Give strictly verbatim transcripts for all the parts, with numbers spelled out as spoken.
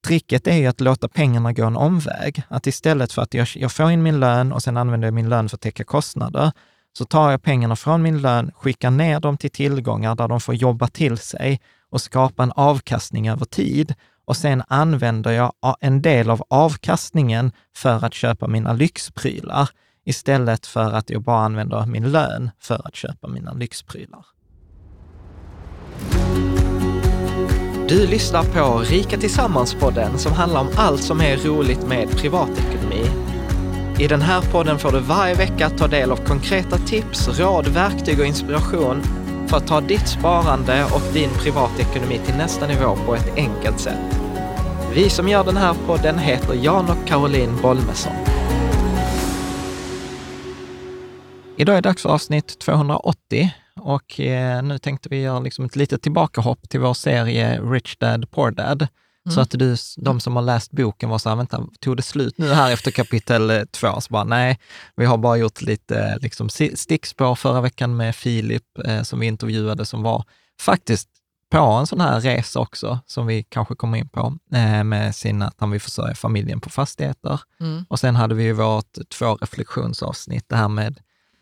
tricket är ju att låta pengarna gå en omväg. Att istället för att jag, jag får in min lön och sen använder jag min lön för att täcka kostnader, så tar jag pengarna från min lön, skickar ner dem till tillgångar där de får jobba till sig och skapa en avkastning över tid. Och sen använder jag en del av avkastningen för att köpa mina lyxprylar istället för att jag bara använder min lön för att köpa mina lyxprylar. Du lyssnar på Rika Tillsammans-podden som handlar om allt som är roligt med privatekonomi. I den här podden får du varje vecka ta del av konkreta tips, råd, verktyg och inspiration för att ta ditt sparande och din privatekonomi till nästa nivå på ett enkelt sätt. Vi som gör den här podden heter Jan och Caroline Bolmesson. Idag är det dags för avsnitt tvåhundraåttio och eh, nu tänkte vi göra liksom ett litet tillbakahopp till vår serie Rich Dad, Poor Dad. Mm. Så att du, de som har läst boken var så här, vänta, tog det slut nu här efter kapitel två? Så bara, nej, vi har bara gjort lite liksom, stickspår förra veckan med Filip eh, som vi intervjuade, som var faktiskt på en sån här resa också, som vi kanske kommer in på, eh, med sin att han vill försörja familjen på fastigheter. Mm. Och sen hade vi ju vårt två reflektionsavsnitt, det här med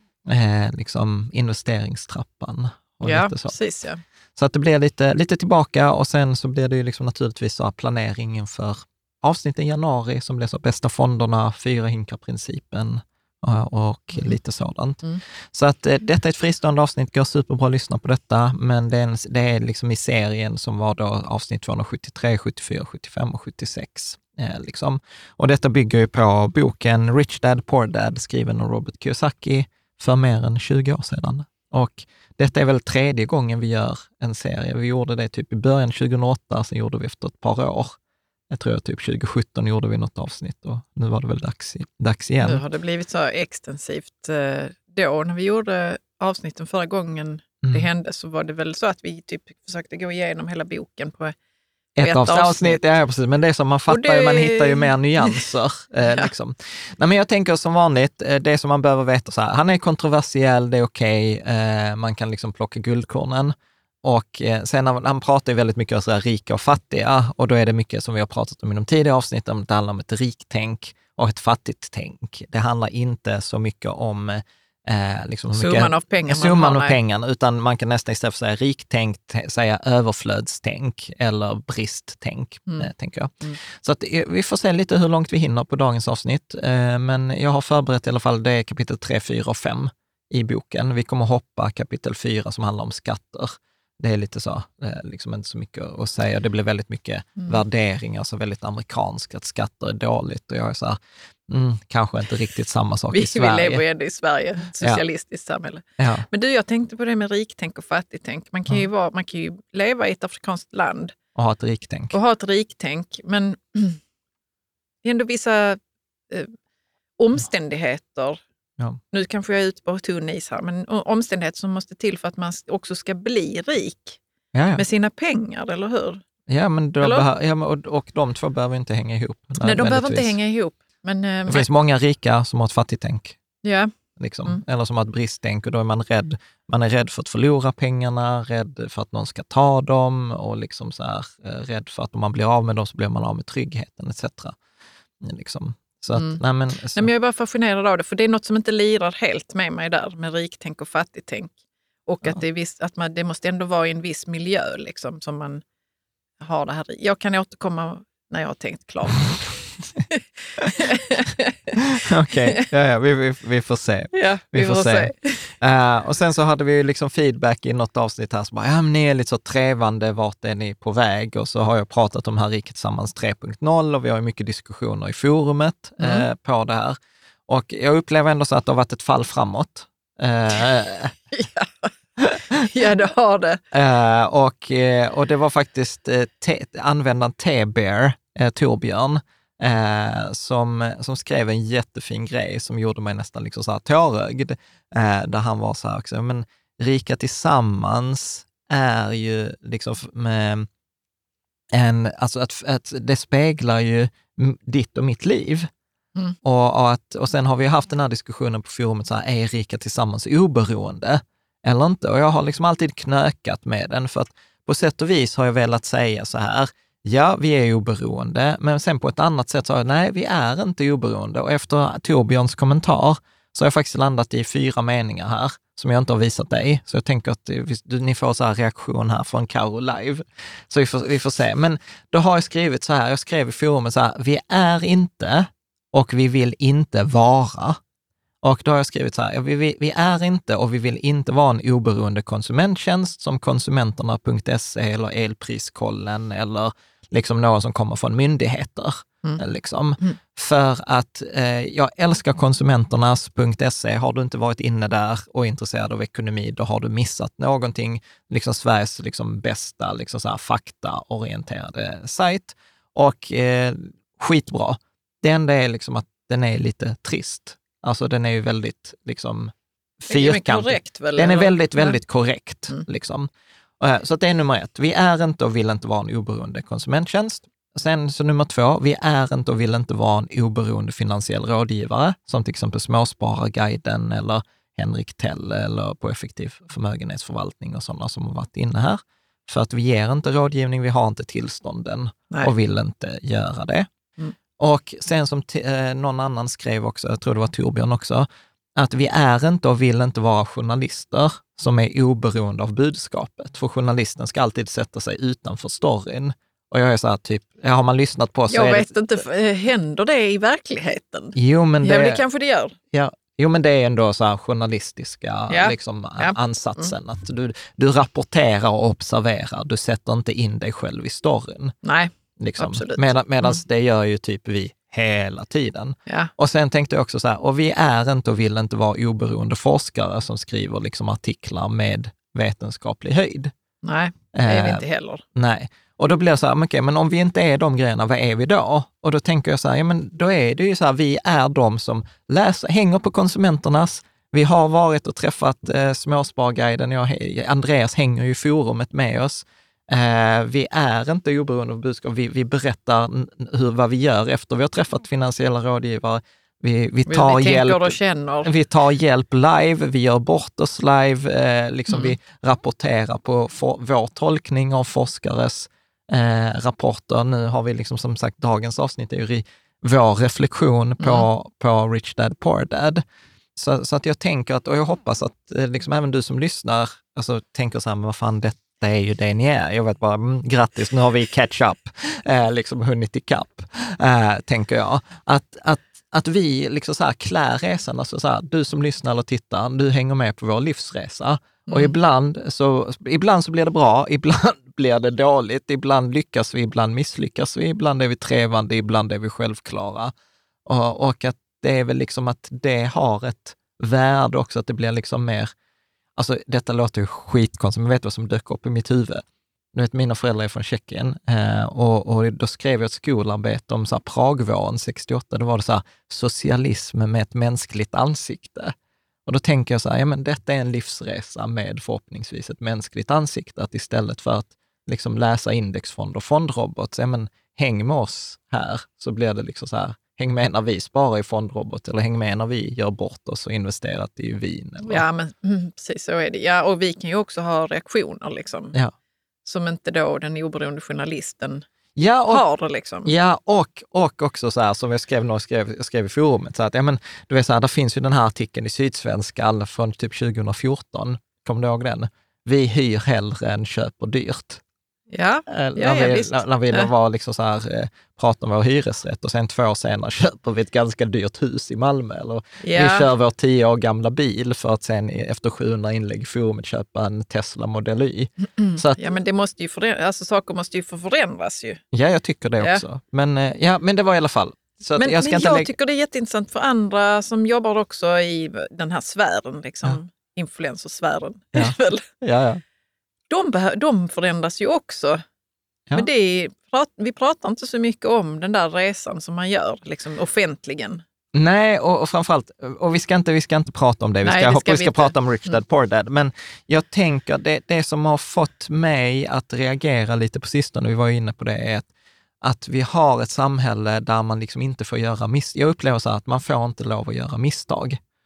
eh, liksom investeringstrappan. Och ja, lite så. Precis, ja. Så att det blir lite, lite tillbaka, och sen så blir det ju liksom naturligtvis så planering inför avsnittet i januari som blir så bästa fonderna, fyra hinkar-principen och, och mm. lite sådant. Mm. Så att eh, detta är ett fristående avsnitt, går superbra att lyssna på detta, men det är, en, det är liksom i serien som var då avsnitt tvåhundrasjuttiotre, sjuttiofyra, sjuttiofem och sjuttiosex. Eh, liksom. Och detta bygger ju på boken Rich Dad, Poor Dad, skriven av Robert Kiyosaki för mer än tjugo år sedan. Och detta är väl tredje gången vi gör en serie. Vi gjorde det typ i början tjugohundraåtta, sen gjorde vi efter ett par år. Jag tror att typ tjugosjutton gjorde vi något avsnitt och nu var det väl dags, dags igen. Nu har det blivit så extensivt. Då när vi gjorde avsnitten förra gången mm. det hände, så var det väl så att vi typ försökte gå igenom hela boken på ett, ett avsnitt. avsnitt. Ja, precis. Men det är som man fattar det... ju, man hittar ju mer nyanser. eh, ja. liksom. Nej, men jag tänker som vanligt, eh, det som man behöver veta så här, han är kontroversiell, det är okej, okay, eh, man kan liksom plocka guldkornen. Och eh, sen han, han pratar ju väldigt mycket om så här, rika och fattiga, och då är det mycket som vi har pratat om i de tidigare avsnitten, det handlar om ett riktänk och ett fattigt tänk. Det handlar inte så mycket om eh, liksom summan mycket, av pengar. Summan av pengarna, utan man kan nästan istället för säga riktänk säga överflödstänk eller bristtänk, mm. eh, tänker jag. Mm. Så att, eh, vi får se lite hur långt vi hinner på dagens avsnitt, eh, men jag har förberett i alla fall, det är kapitel tre, fyra och fem i boken. Vi kommer hoppa kapitel fyra som handlar om skatter. Det är lite så, liksom inte så mycket att säga. Det blir väldigt mycket mm. värderingar, så väldigt amerikanskt, att skatter är dåligt. Och jag är så här, mm, kanske inte riktigt samma sak vi, i Sverige. Vi lever ju ändå i Sverige, ett socialistiskt ja. samhälle. Ja. Men du, jag tänkte på det med riktänk och fattigtänk. Man kan, ju vara, man kan ju leva i ett afrikanskt land. Och ha ett riktänk. Och ha ett riktänk, men det är ändå vissa eh, omständigheter. Ja. Nu kanske jag är ute på tunn is här, men omständigheter som måste till för att man också ska bli rik ja, ja. med sina pengar, eller hur? Ja, men då behö- ja, och, och de två behöver inte hänga ihop. Nej, de behöver inte hänga ihop. Men, det men... finns många rika som har ett fattigtänk. Ja. Liksom. Mm. Eller som har ett bristtänk, och då är man rädd. Man är rädd för att förlora pengarna, rädd för att någon ska ta dem, och liksom så här, rädd för att om man blir av med dem så blir man av med tryggheten et cetera. Liksom. Så att, mm. nej, men, så. Nej, men jag är bara fascinerad av det, för det är något som inte lirar helt med mig där, med riktänk och fattigtänk. Och ja. att, det, är viss, att man, det måste ändå vara i en viss miljö liksom, som man har det här i. Jag kan återkomma när jag har tänkt klart. Okej, okay. ja, ja, vi, vi, vi får se. Ja, vi, vi får, får se. se. Uh, och sen så hade vi liksom feedback i något avsnitt här, så bara, ja, men ni är lite så trevande, vart är ni på väg? Och så har jag pratat om här Riket Tillsammans tre punkt noll, och vi har ju mycket diskussioner i forumet mm. uh, på det här. Och jag upplever ändå så att det har varit ett fall framåt. Uh, ja. ja, det har det. Uh, och, och det var faktiskt uh, te- användaren T-Bear, uh, Torbjörn, Eh, som, som skrev en jättefin grej som gjorde mig nästan liksom så här tårögd, eh, där han var så här också, men Rika Tillsammans är ju liksom med en, alltså att, att det speglar ju ditt och mitt liv. Mm. Och, och, att, och sen har vi haft den här diskussionen på forumet, så här, är Rika Tillsammans oberoende eller inte? Och jag har liksom alltid knökat med den, för att på sätt och vis har jag velat säga så här, ja, vi är oberoende, men sen på ett annat sätt sa jag, nej, vi är inte oberoende. Och efter Torbjörns kommentar så har jag faktiskt landat i fyra meningar här som jag inte har visat dig. Så jag tänker att ni får så här reaktion här från Karo live. Så vi får, vi får se. Men då har jag skrivit så här, jag skrev i forumet så här, vi är inte och vi vill inte vara. Och då har jag skrivit så här, vi, vi, vi är inte och vi vill inte vara en oberoende konsumenttjänst som konsumenterna punkt se eller Elpriskollen eller liksom någon som kommer från myndigheter. Mm. Liksom. Mm. För att eh, jag älskar konsumenternas punkt se. Har du inte varit inne där och är intresserad av ekonomi, då har du missat någonting. Liksom Sveriges liksom, bästa liksom, så här, faktaorienterade sajt. Och eh, skitbra. Det enda är liksom att den är lite trist. Alltså den är ju väldigt liksom fyrkantig. Den är väldigt, väldigt korrekt. Mm. Liksom. Så att det är nummer ett. Vi är inte och vill inte vara en oberoende konsumenttjänst. Sen så nummer två, vi är inte och vill inte vara en oberoende finansiell rådgivare, som till exempel Småspararguiden eller Henrik Tell eller på effektiv förmögenhetsförvaltning och sådana som har varit inne här. För att vi ger inte rådgivning, vi har inte tillstånden. Nej. Och vill inte göra det. Mm. Och sen som t- eh, någon annan skrev också, jag tror det var Torbjörn också, att vi är inte och vill inte vara journalister som är oberoende av budskapet. För journalisten ska alltid sätta sig utanför storyn. Och jag är så här typ, har man lyssnat på så Jag är vet det... inte, händer det i verkligheten? Jo, men det... Ja, det kanske det gör. Ja, jo, men det är ändå så här journalistiska ja. liksom, ja. ansatsen. Mm. Att du, du rapporterar och observerar, du sätter inte in dig själv i storyn. Nej, liksom. absolut. Med, medan mm. det gör ju typ vi hela tiden. Ja. Och sen tänkte jag också så här, och vi är inte och vill inte vara oberoende forskare som skriver liksom artiklar med vetenskaplig höjd. Nej, det är vi eh, inte heller. Nej. Och då blir det så här, okay, men om vi inte är de grejerna, vad är vi då? Och då tänker jag så här, ja men då är det ju så här, vi är de som läser, hänger på konsumenternas. Vi har varit och träffat eh, Småspararguiden, jag, Andreas hänger ju i forumet med oss. Eh, vi är inte oberoende av budskap, vi, vi berättar hur, vad vi gör efter vi har träffat finansiella rådgivare. Vi, vi, tar vi hjälp, och känner. vi tar hjälp live, vi gör bort oss live, eh, liksom mm. vi rapporterar på for, vår tolkning av forskares eh, rapporter. Nu har vi liksom som sagt, dagens avsnitt är ju ri, vår reflektion på, mm. på Rich Dad Poor Dad. Så, så att jag tänker att, och jag hoppas att eh, liksom även du som lyssnar alltså, tänker så här, men vad fan, det, det är ju det ni är. Jag vet bara, mm, grattis, nu har vi catch up, eh, liksom hunnit ikapp, eh, tänker jag. Att, att Att vi liksom så här klär resan, alltså så här, du som lyssnar eller tittar, du hänger med på vår livsresa. Mm. Och ibland så, ibland så blir det bra, ibland blir det dåligt, ibland lyckas vi, ibland misslyckas vi, ibland är vi trevande, ibland är vi självklara. Och, och att det är väl liksom att det har ett värde också, att det blir liksom mer, alltså detta låter ju skitkonstigt, men vet du vad som dök upp i mitt huvud? Nu vet, mina föräldrar är från Tjeckien eh, och, och då skrev jag ett skolarbete om så här, Pragvåren sextioåtta. Då var det så här, socialism med ett mänskligt ansikte. Och då tänker jag så här, ja men detta är en livsresa med förhoppningsvis ett mänskligt ansikte. Att istället för att liksom läsa indexfond och fondrobot, så ja men häng med oss här, så blir det liksom så här, häng med när vi sparar i fondrobot eller häng med när vi gör bort oss och investerat i vin. Eller? Ja men mm, precis så är det. Ja, och vi kan ju också ha reaktioner liksom. Ja. Som inte då den oberoende journalisten ja, och, har. Liksom. Ja, och, och också så här som jag skrev, jag skrev, jag skrev i forumet. Så att, ja, men, du vet så här, där finns ju den här artikeln i Sydsvenskan från typ tjugo fjorton. Kommer du ihåg den? Vi hyr hellre än köper dyrt. Ja, äh, ja, när vi, ja visst. När vi ja. var liksom så här, eh, pratar om vår hyresrätt och sen två år senare köper vi ett ganska dyrt hus i Malmö. Eller ja. Vi kör vår tio år gamla bil för att sen efter sjuhundra inlägg i forumet köpa en Tesla Model Y. Mm. Så att, ja, men det måste ju förändras, alltså saker måste ju få förändras ju. Ja, jag tycker det ja. också. Men, eh, ja, men det var i alla fall. Så men att jag ska men inte jag lägga... tycker det är jätteintressant för andra som jobbar också i den här sfären, liksom, ja. influencersfären. Ja. Väl? Ja, ja. De, beh- de förändras ju också. Ja. Men det är, vi pratar inte så mycket om den där resan som man gör liksom, offentligen. Nej, och, och framförallt, och vi ska, inte, vi ska inte prata om det. Vi ska, Nej, det ska, vi ska vi prata om Rich Dad Poor Dad. Men jag tänker, det, det som har fått mig att reagera lite på sistone, vi var inne på det, är att, att vi har ett samhälle där man liksom inte får göra misstag. Jag upplever så att man får inte lov att göra misstag.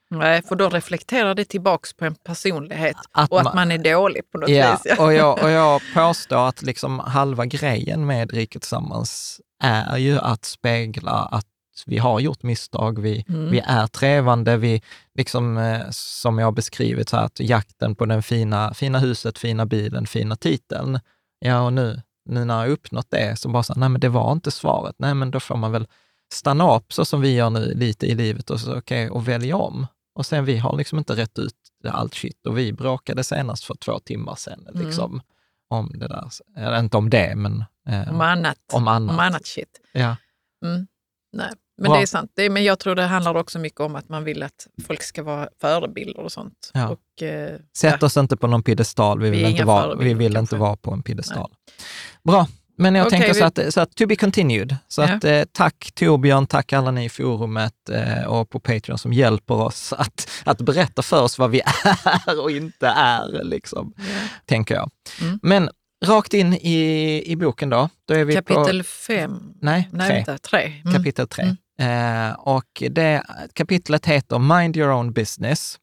Nej, för då reflekterar det tillbaks på en personlighet att och att man, man är dålig på något ja, vis. Ja. Och, jag, och jag påstår att liksom halva grejen med Riket Tillsammans är ju att spegla att vi har gjort misstag, vi, mm. vi är trevande, vi liksom, eh, som jag har beskrivit, så att jakten på den fina, fina huset, fina bilen, fina titeln. Ja, och nu, nu när jag uppnått det, så bara så, nej men det var inte svaret. Nej, men då får man väl stanna upp så som vi gör nu lite i livet och, så, okay, och välja om. Och sen vi har liksom inte rätt ut allt shit och vi bråkade senast för två timmar sedan liksom, mm. om det där. Eller inte om det, men eh, om, annat. om annat. Om annat shit. Ja. Mm. Nej. Men Bra. Det är sant. Det är, men jag tror det handlar också mycket om att man vill att folk ska vara förebilder och sånt. Ja. Och, eh, Sätt ja. oss inte på någon piedestal. Vi vill, vi inte vara, vi vill inte vara på en piedestal. Nej. Bra. Men jag okay, tänker vi... så, att, så att to be continued. Så ja. att, eh, tack Torbjörn, tack alla ni i forumet eh, och på Patreon som hjälper oss att, att berätta för oss vad vi är och inte är, liksom, ja. tänker jag. Mm. Men rakt in i, i boken då. då är vi kapitel på, fem. Nej, Nej tre. Vänta, tre. Mm. Kapitel tre. Mm. Eh, och det kapitlet heter Mind Your Own Business.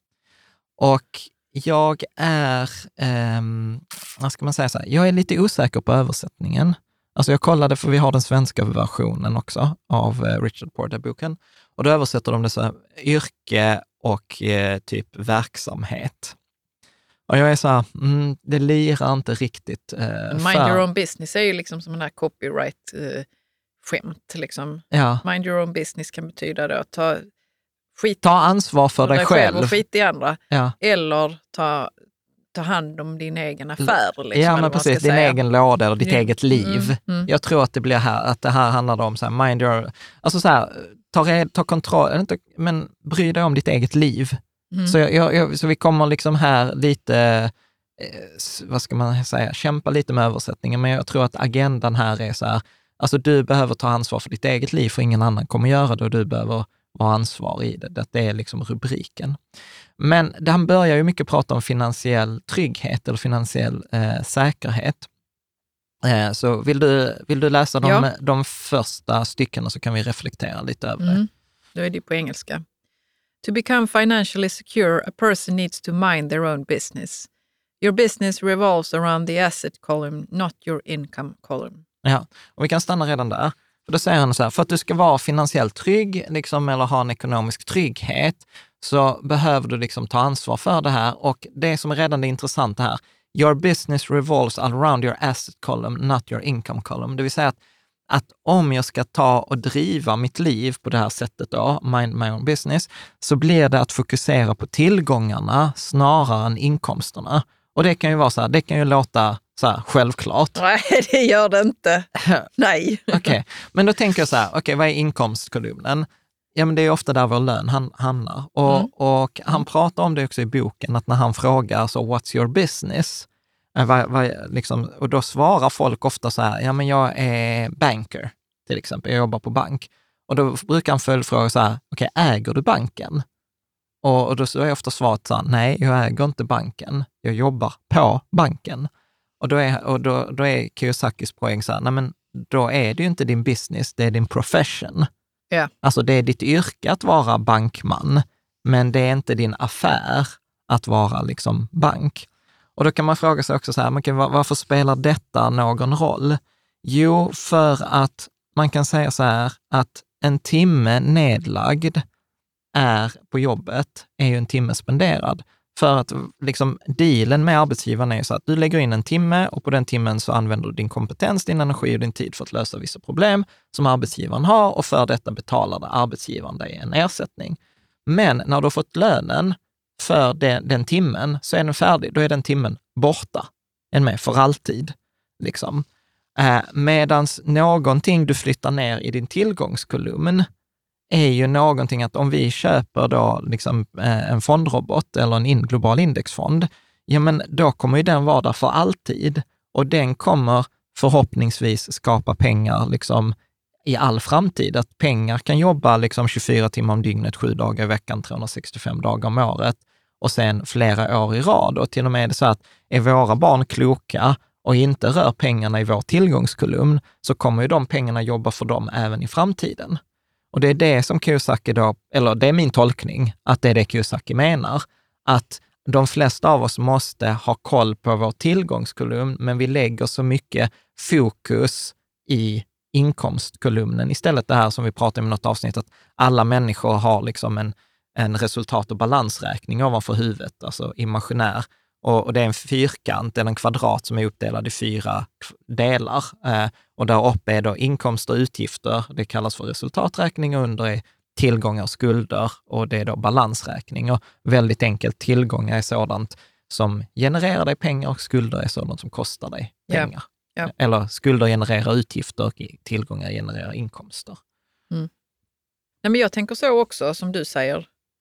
Och jag är, eh, vad ska man säga så här, jag är lite osäker på översättningen. Alltså jag kollade, för vi har den svenska versionen också av eh, Richard Porter-boken. Och då översätter de det så här, yrke och eh, typ verksamhet. Och jag är så här, mm, det lirar inte riktigt. Eh, Mind för... your own business är ju liksom som en här copyright eh, skämt. Liksom. Ja. Mind your own business kan betyda då, ta, skit, ta ansvar för dig, dig själv. Och skit i andra. Ja. Eller ta, ta hand om din egen affär. Liksom, ja, men precis. Din säga. egen låda eller ditt mm. eget liv. Mm. Mm. Jag tror att det blir här, att det här handlar om så här, mind your, alltså så här, ta, red, ta kontroll, inte, men bry dig om ditt eget liv. Mm. Så, jag, jag, så vi kommer liksom här lite, eh, vad ska man säga, kämpa lite med översättningen, men jag tror att agendan här är så här, alltså du behöver ta ansvar för ditt eget liv, för ingen annan kommer göra det och du behöver vara ansvarig i det. Det är liksom rubriken. Men han börjar ju mycket prata om finansiell trygghet eller finansiell eh, säkerhet. Eh, så vill du, vill du läsa de, ja. de första styckena så kan vi reflektera lite över mm. det. Då är det på engelska. To become financially secure, a person needs to mind their own business. Your business revolves around the asset column, not your income column. Ja, och vi kan stanna redan där. För då säger han så här, för att du ska vara finansiellt trygg liksom, eller ha en ekonomisk trygghet, så behöver du liksom ta ansvar för det här. Och det som är redan det intressanta här, your business revolves around your asset column, not your income column. Det vill säga att, att om jag ska ta och driva mitt liv på det här sättet då, mind my own business, så blir det att fokusera på tillgångarna snarare än inkomsterna. Och det kan ju vara så här, det kan ju låta så här, självklart. Nej, det gör det inte. Nej. Okej, okay. Men då tänker jag så här, okej, okay, vad är inkomstkolumnen? Ja, men det är ofta där vår lön han, hamnar. Och, mm. och han pratar om det också i boken, att när han frågar så, what's your business? Vad, vad, liksom, och då svarar folk ofta så här, ja men jag är banker till exempel, jag jobbar på bank. Och då brukar han följdfråga så här, okej, okay, äger du banken? Och, och då är ofta svaret så här, nej, jag äger inte banken, jag jobbar på banken. Och då är, och då, då är Kiyosakis poäng så här, nej men då är det ju inte din business, det är din profession. Yeah. Alltså det är ditt yrke att vara bankman, men det är inte din affär att vara liksom bank. Och då kan man fråga sig också så här, man kan, varför spelar detta någon roll? Jo, för att man kan säga så här, att en timme nedlagd är på jobbet är ju en timme spenderad. För att liksom, dealen med arbetsgivaren är så att du lägger in en timme och på den timmen så använder du din kompetens, din energi och din tid för att lösa vissa problem som arbetsgivaren har, och för detta betalar det arbetsgivaren dig en ersättning. Men när du har fått lönen för den, den timmen så är den färdig. Då är den timmen borta. En med för alltid. Liksom. Eh, medans någonting du flyttar ner i din tillgångskolumn är ju någonting att om vi köper då liksom eh, en fondrobot eller en in, global indexfond, ja men då kommer ju den vara där för alltid. Och den kommer förhoppningsvis skapa pengar liksom i all framtid. Att pengar kan jobba liksom tjugofyra timmar om dygnet, sju dagar i veckan, trehundrasextiofem dagar om året och sen flera år i rad. Och till och med är det så att är våra barn kloka och inte rör pengarna i vår tillgångskolumn, så kommer ju de pengarna jobba för dem även i framtiden. Och det är det som Kiyosaki då, eller det är min tolkning, att det är det Kiyosaki menar, att de flesta av oss måste ha koll på vår tillgångskolumn, men vi lägger så mycket fokus i inkomstkolumnen. Istället det här som vi pratade om i något avsnitt, att alla människor har liksom en, en resultat- och balansräkning ovanför huvudet, alltså imaginär. Och, och det är en fyrkant eller en kvadrat som är uppdelad i fyra delar. Eh, och där uppe är då inkomster och utgifter, det kallas för resultaträkning, och under är tillgångar och skulder, och det är då balansräkning. Och väldigt enkelt, tillgångar är sådant som genererar dig pengar och skulder är sådant som kostar dig pengar. Ja. Ja. Eller skulder genererar utgifter och tillgångar genererar inkomster. Mm. Nej, men jag tänker så också, som du säger.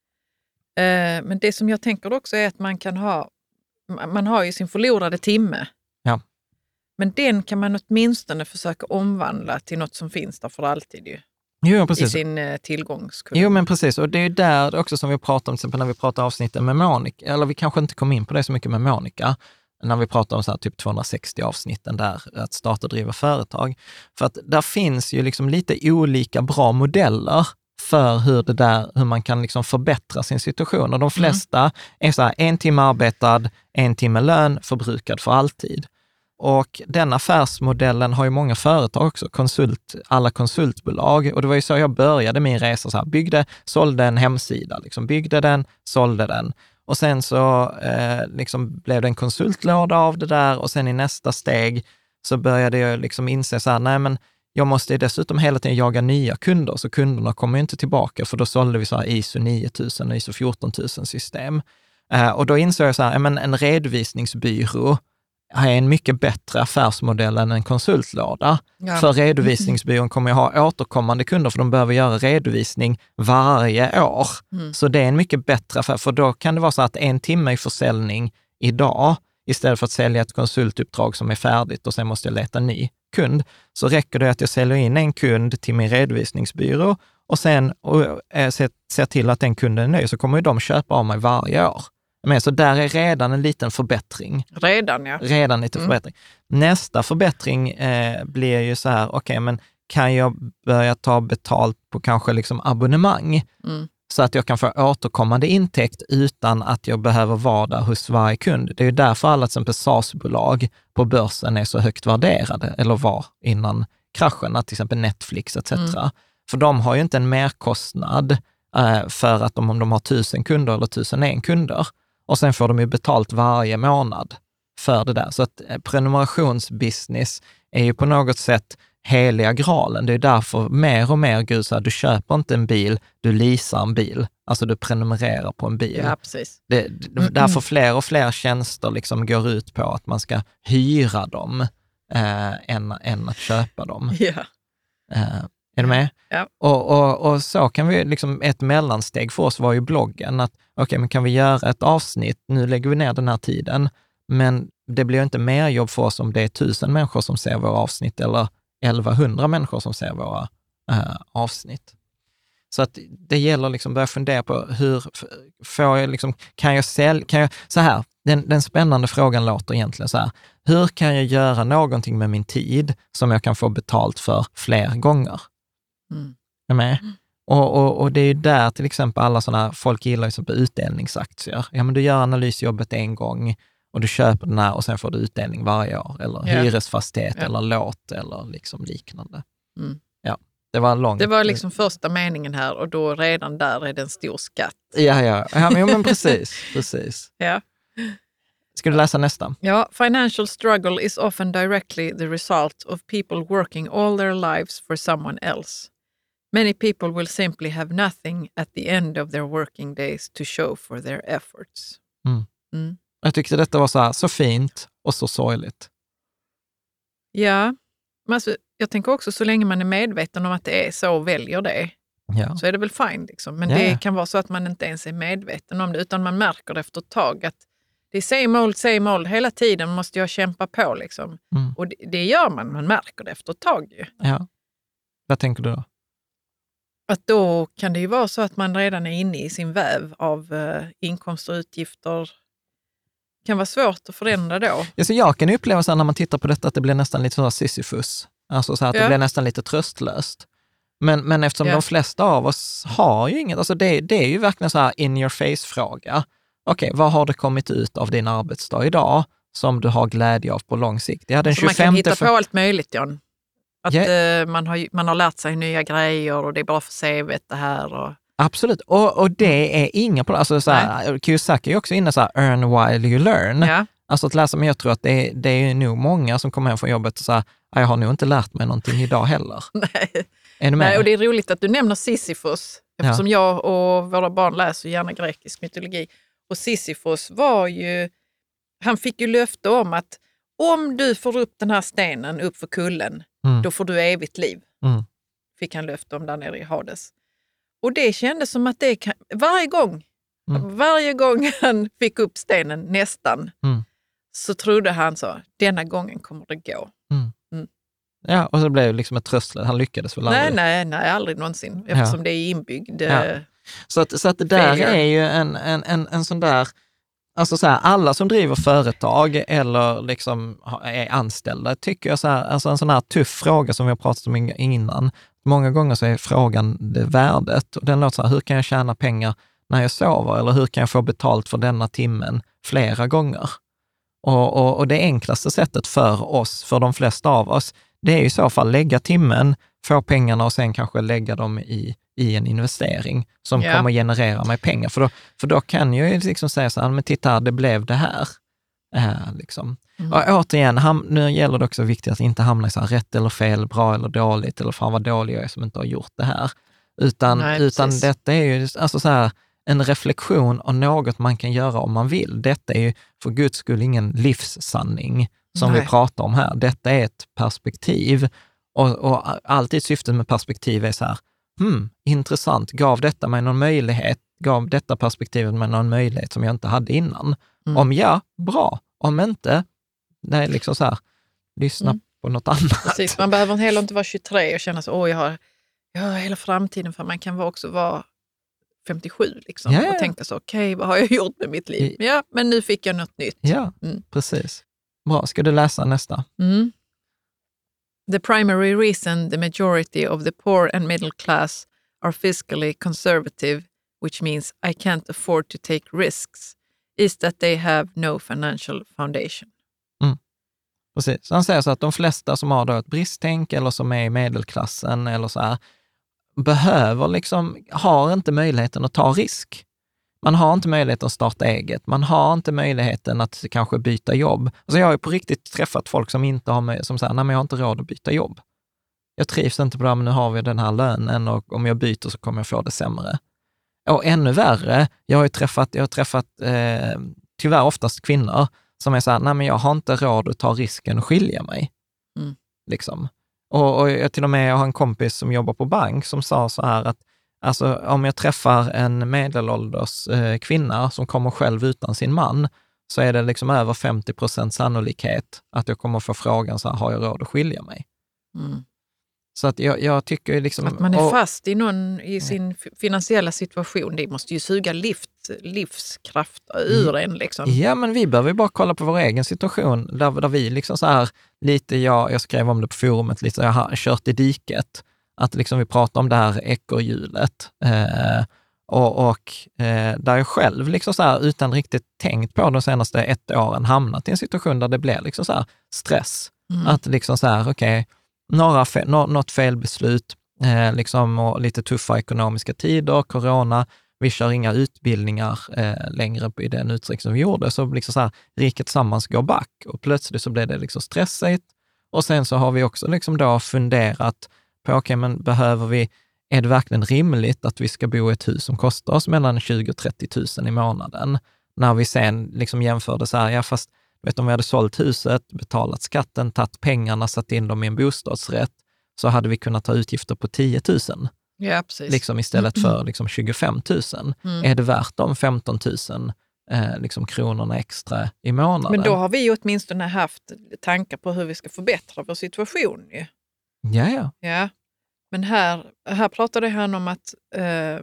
Eh, men det som jag tänker också är att man kan ha, man har ju sin förlorade timme. Ja. Men den kan man åtminstone försöka omvandla till något som finns där för alltid ju. Jo, precis. I sin eh, tillgångskurva. Jo, men precis. Och det är där också som vi pratar om, till exempel när vi pratar avsnitten med Monica, eller vi kanske inte kom in på det så mycket med Monica, när vi pratar om så här typ tvåhundrasextio avsnitten där, att starta och driva företag. För att där finns ju liksom lite olika bra modeller för hur det där, hur man kan liksom förbättra sin situation. Och de flesta mm. är så här, en timme arbetad, en timme lön, förbrukad för alltid. Och den affärsmodellen har ju många företag också, konsult, alla konsultbolag. Och det var ju så jag började min resa, så här, byggde, sålde en hemsida, liksom byggde den, sålde den. Och sen så eh, liksom blev det en konsultlåda av det där, och sen i nästa steg så började jag liksom inse så här, nej men jag måste dessutom hela tiden jaga nya kunder, så kunderna kommer ju inte tillbaka, för då sålde vi så här I S O nio tusen och I S O fjorton tusen system. Eh, och då insåg jag så här, men en redovisningsbyrå är en mycket bättre affärsmodell än en konsultlåda. Ja. För redovisningsbyrån kommer ju ha återkommande kunder, för de behöver göra redovisning varje år. Mm. Så det är en mycket bättre affär, för då kan det vara så att en timme i försäljning idag, istället för att sälja ett konsultuppdrag som är färdigt och sen måste jag leta ny kund, så räcker det att jag säljer in en kund till min redovisningsbyrå och sen och, äh, ser, ser till att den kunden är nöjd, så kommer ju de köpa av mig varje år. Men så där är redan en liten förbättring. Redan, ja. Redan lite mm. förbättring. Nästa förbättring eh, blir ju så här, okej, okay, men kan jag börja ta betalt på kanske liksom abonnemang? Mm. Så att jag kan få återkommande intäkt utan att jag behöver vara där hos varje kund. Det är ju därför alla till exempel SaaS-bolag på börsen är så högt värderade, eller var innan kraschen, till exempel Netflix et cetera. Mm. För de har ju inte en merkostnad eh, för att de, om de har tusen kunder eller tusen en kunder. Och sen får de ju betalt varje månad för det där. Så att prenumerationsbusiness är ju på något sätt heliga graalen. Det är därför mer och mer, Gud, så här, du köper inte en bil, du leasar en bil. Alltså du prenumererar på en bil. Ja, precis. Det, därför fler och fler tjänster liksom går ut på att man ska hyra dem eh, än, än att köpa dem. Ja. Eh, Är du med? Ja. Och, och, och så kan vi, liksom ett mellansteg för oss var ju bloggen, att okej, okay, men kan vi göra ett avsnitt, nu lägger vi ner den här tiden, men det blir inte mer jobb för oss om det är tusen människor som ser våra avsnitt eller elvahundra människor som ser våra äh, avsnitt. Så att det gäller liksom börja fundera på hur får jag liksom, kan jag sälja, kan jag, så här, den, den spännande frågan låter egentligen så här, hur kan jag göra någonting med min tid som jag kan få betalt för fler gånger? Mm. Är med? Mm. Och, och, och det är ju där till exempel alla sådana, folk gillar ju som på utdelningsaktier. Ja, men du gör analysjobbet en gång och du köper den här och sen får du utdelning varje år. Eller yeah. hyresfastighet yeah. eller låt eller liksom liknande. Mm. Ja, det var långt. Det var liksom första meningen här, och då redan där är det en stor skatt. Ja, ja, ja men, men precis. precis. Ja. Ska du läsa nästa? Ja, financial struggle is often directly the result of people working all their lives for someone else. Many people will simply have nothing at the end of their working days to show for their efforts. Mm. Mm. Jag tyckte detta var så här, så fint och så sorgligt. Ja, men alltså, jag tänker också så länge man är medveten om att det är så och väljer det, ja. så är det väl fine. Liksom. Men ja. det kan vara så att man inte ens är medveten om det, utan man märker det efter ett tag att det är same old, same old. Hela tiden måste jag kämpa på. Liksom. Mm. Och det, det gör man, man märker det efter ett tag. Ju. Ja. Vad tänker du då? Att då kan det ju vara så att man redan är inne i sin väv av uh, inkomster och utgifter. Det kan vara svårt att förändra då. Ja, så jag kan uppleva så här, när man tittar på detta att det blir nästan lite så här Sisyfos. Alltså så här, att ja. det blir nästan lite tröstlöst. Men, men eftersom Ja. de flesta av oss har ju inget, alltså det, det är ju verkligen så här in your face-fråga. Okej, vad har det kommit ut av din arbetsdag idag som du har glädje av på lång sikt? Jag hade en Så man kan hitta för... på allt möjligt, John. Att Ja. eh, man, har, man har lärt sig nya grejer och det är bra för C V:t det här. Och... Absolut, och, och det är inga problem. Alltså, så här, Kiyosaki är också inne så här, earn while you learn. Ja. Alltså att läsa, men jag tror att det är, det är nog många som kommer hem från jobbet och säger, jag har nog inte lärt mig någonting idag heller. Nej. Är du med? Nej, och det är roligt att du nämner Sisyfos, eftersom Ja. jag och våra barn läser gärna grekisk mytologi. Och Sisyfos var ju, han fick ju löfte om att om du får upp den här stenen upp för kullen, Mm. då får du evigt liv. Mm. Fick han löfte om där nere i Hades. Och det kändes som att det kan, varje gång, Mm. varje gång han fick upp stenen nästan, Mm. så trodde han så, denna gången kommer det gå. Mm. Mm. Ja, och så blev det liksom ett tröstle. Han lyckades väl Nej, aldrig. nej, nej, aldrig någonsin. Eftersom ja. det är inbyggd. Ja. Så att, så att det där failure. är ju en, en, en, en sån där, alltså så här, alla som driver företag eller liksom är anställda tycker jag så här, alltså en sån här tuff fråga som vi har pratat om innan. Många gånger så är frågan det värdet, och den låter så här, hur kan jag tjäna pengar när jag sover, eller hur kan jag få betalt för denna timmen flera gånger? Och, och, och det enklaste sättet för oss, för de flesta av oss, det är i så fall lägga timmen, få pengarna och sen kanske lägga dem i, i en investering som ja. kommer generera mig pengar. För då, för då kan jag ju liksom säga så här, men titta här, det blev det här. Äh, liksom. Mm. Och återigen, ham, nu gäller det också viktigt att inte hamna i så här rätt eller fel, bra eller dåligt, eller fan vad dålig jag är som inte har gjort det här. Utan, Nej, utan detta är ju alltså så här, en reflektion och något man kan göra om man vill. Detta är ju för Guds skull ingen livssanning som Nej. vi pratar om här. Detta är ett perspektiv. Och, och alltid syftet med perspektiv är så här, hmm, intressant, gav detta mig någon möjlighet, gav detta perspektivet mig någon möjlighet som jag inte hade innan? Mm. Om ja, bra. Om inte, det är liksom så här, lyssna mm. på något annat. Precis, man behöver heller inte vara tjugotre och känna så, åh jag har, jag har hela framtiden, för man kan också vara femtiosju liksom, ja, ja. och tänka så, okej, okay, vad har jag gjort med mitt liv? Ja, men nu fick jag något nytt. Ja, mm. precis. Bra, ska du läsa nästa? Mm. The primary reason the majority of the poor and middle class are fiscally conservative, which means I can't afford to take risks, is that they have no financial foundation. Mm. Precis. Så han säger så att de flesta som har då ett bristtänk eller som är i medelklassen eller så här, behöver liksom, har inte möjligheten att ta risk. Man har inte möjligheten att starta eget. Man har inte möjligheten att kanske byta jobb. Alltså jag har ju på riktigt träffat folk som inte har med, som säger, nej men jag har inte råd att byta jobb. Jag trivs inte på det, men nu har vi den här lönen och om jag byter så kommer jag få det sämre. Och ännu värre, jag har ju träffat, jag har träffat eh, tyvärr oftast kvinnor som är så här, nej men jag har inte råd att ta risken att skilja mig. Mm. Liksom. Och, och jag till och med jag har en kompis som jobbar på bank som sa så här att alltså, om jag träffar en medelålders eh, kvinna som kommer själv utan sin man, så är det liksom över femtio procent sannolikhet att jag kommer få frågan så här, har jag råd att skilja mig? Mm. Så att jag, jag tycker liksom... Att man är och, fast i någon i sin finansiella situation, det måste ju suga lift, livskraft ur en liksom. Ja, men vi behöver ju bara kolla på vår egen situation, där, där vi liksom så här, lite, jag, jag skrev om det på forumet, lite, jag har kört i diket, att liksom vi pratar om det här ekorrhjulet. Eh, och och eh, där jag själv liksom så här, utan riktigt tänkt på de senaste ett åren hamnat i en situation där det blir liksom så här stress. Mm. Att liksom så här, okej, okay, några fe, nå, något felbeslut, eh, liksom, och lite tuffa ekonomiska tider, corona, vi kör inga utbildningar eh, längre i den utsträckning som vi gjorde, så liksom så här, riket tillsammans går back och plötsligt så blir det liksom stressigt. Och sen så har vi också liksom då funderat på, okej, okay, men behöver vi, är det verkligen rimligt att vi ska bo i ett hus som kostar oss mellan tjugo och trettio tusen i månaden? När vi sen liksom jämförde så här, ja fast vet om vi hade sålt huset, betalat skatten, tagit pengarna, satt in dem i en bostadsrätt, så hade vi kunnat ta utgifter på tio tusen. Ja, precis. Liksom istället för liksom tjugofem tusen. Mm. Är det värt de femton tusen eh, liksom kronorna extra i månaden? Men då har vi ju åtminstone haft tankar på hur vi ska förbättra vår situation ju. Ja, ja. Ja. Men här, här pratade han om att eh,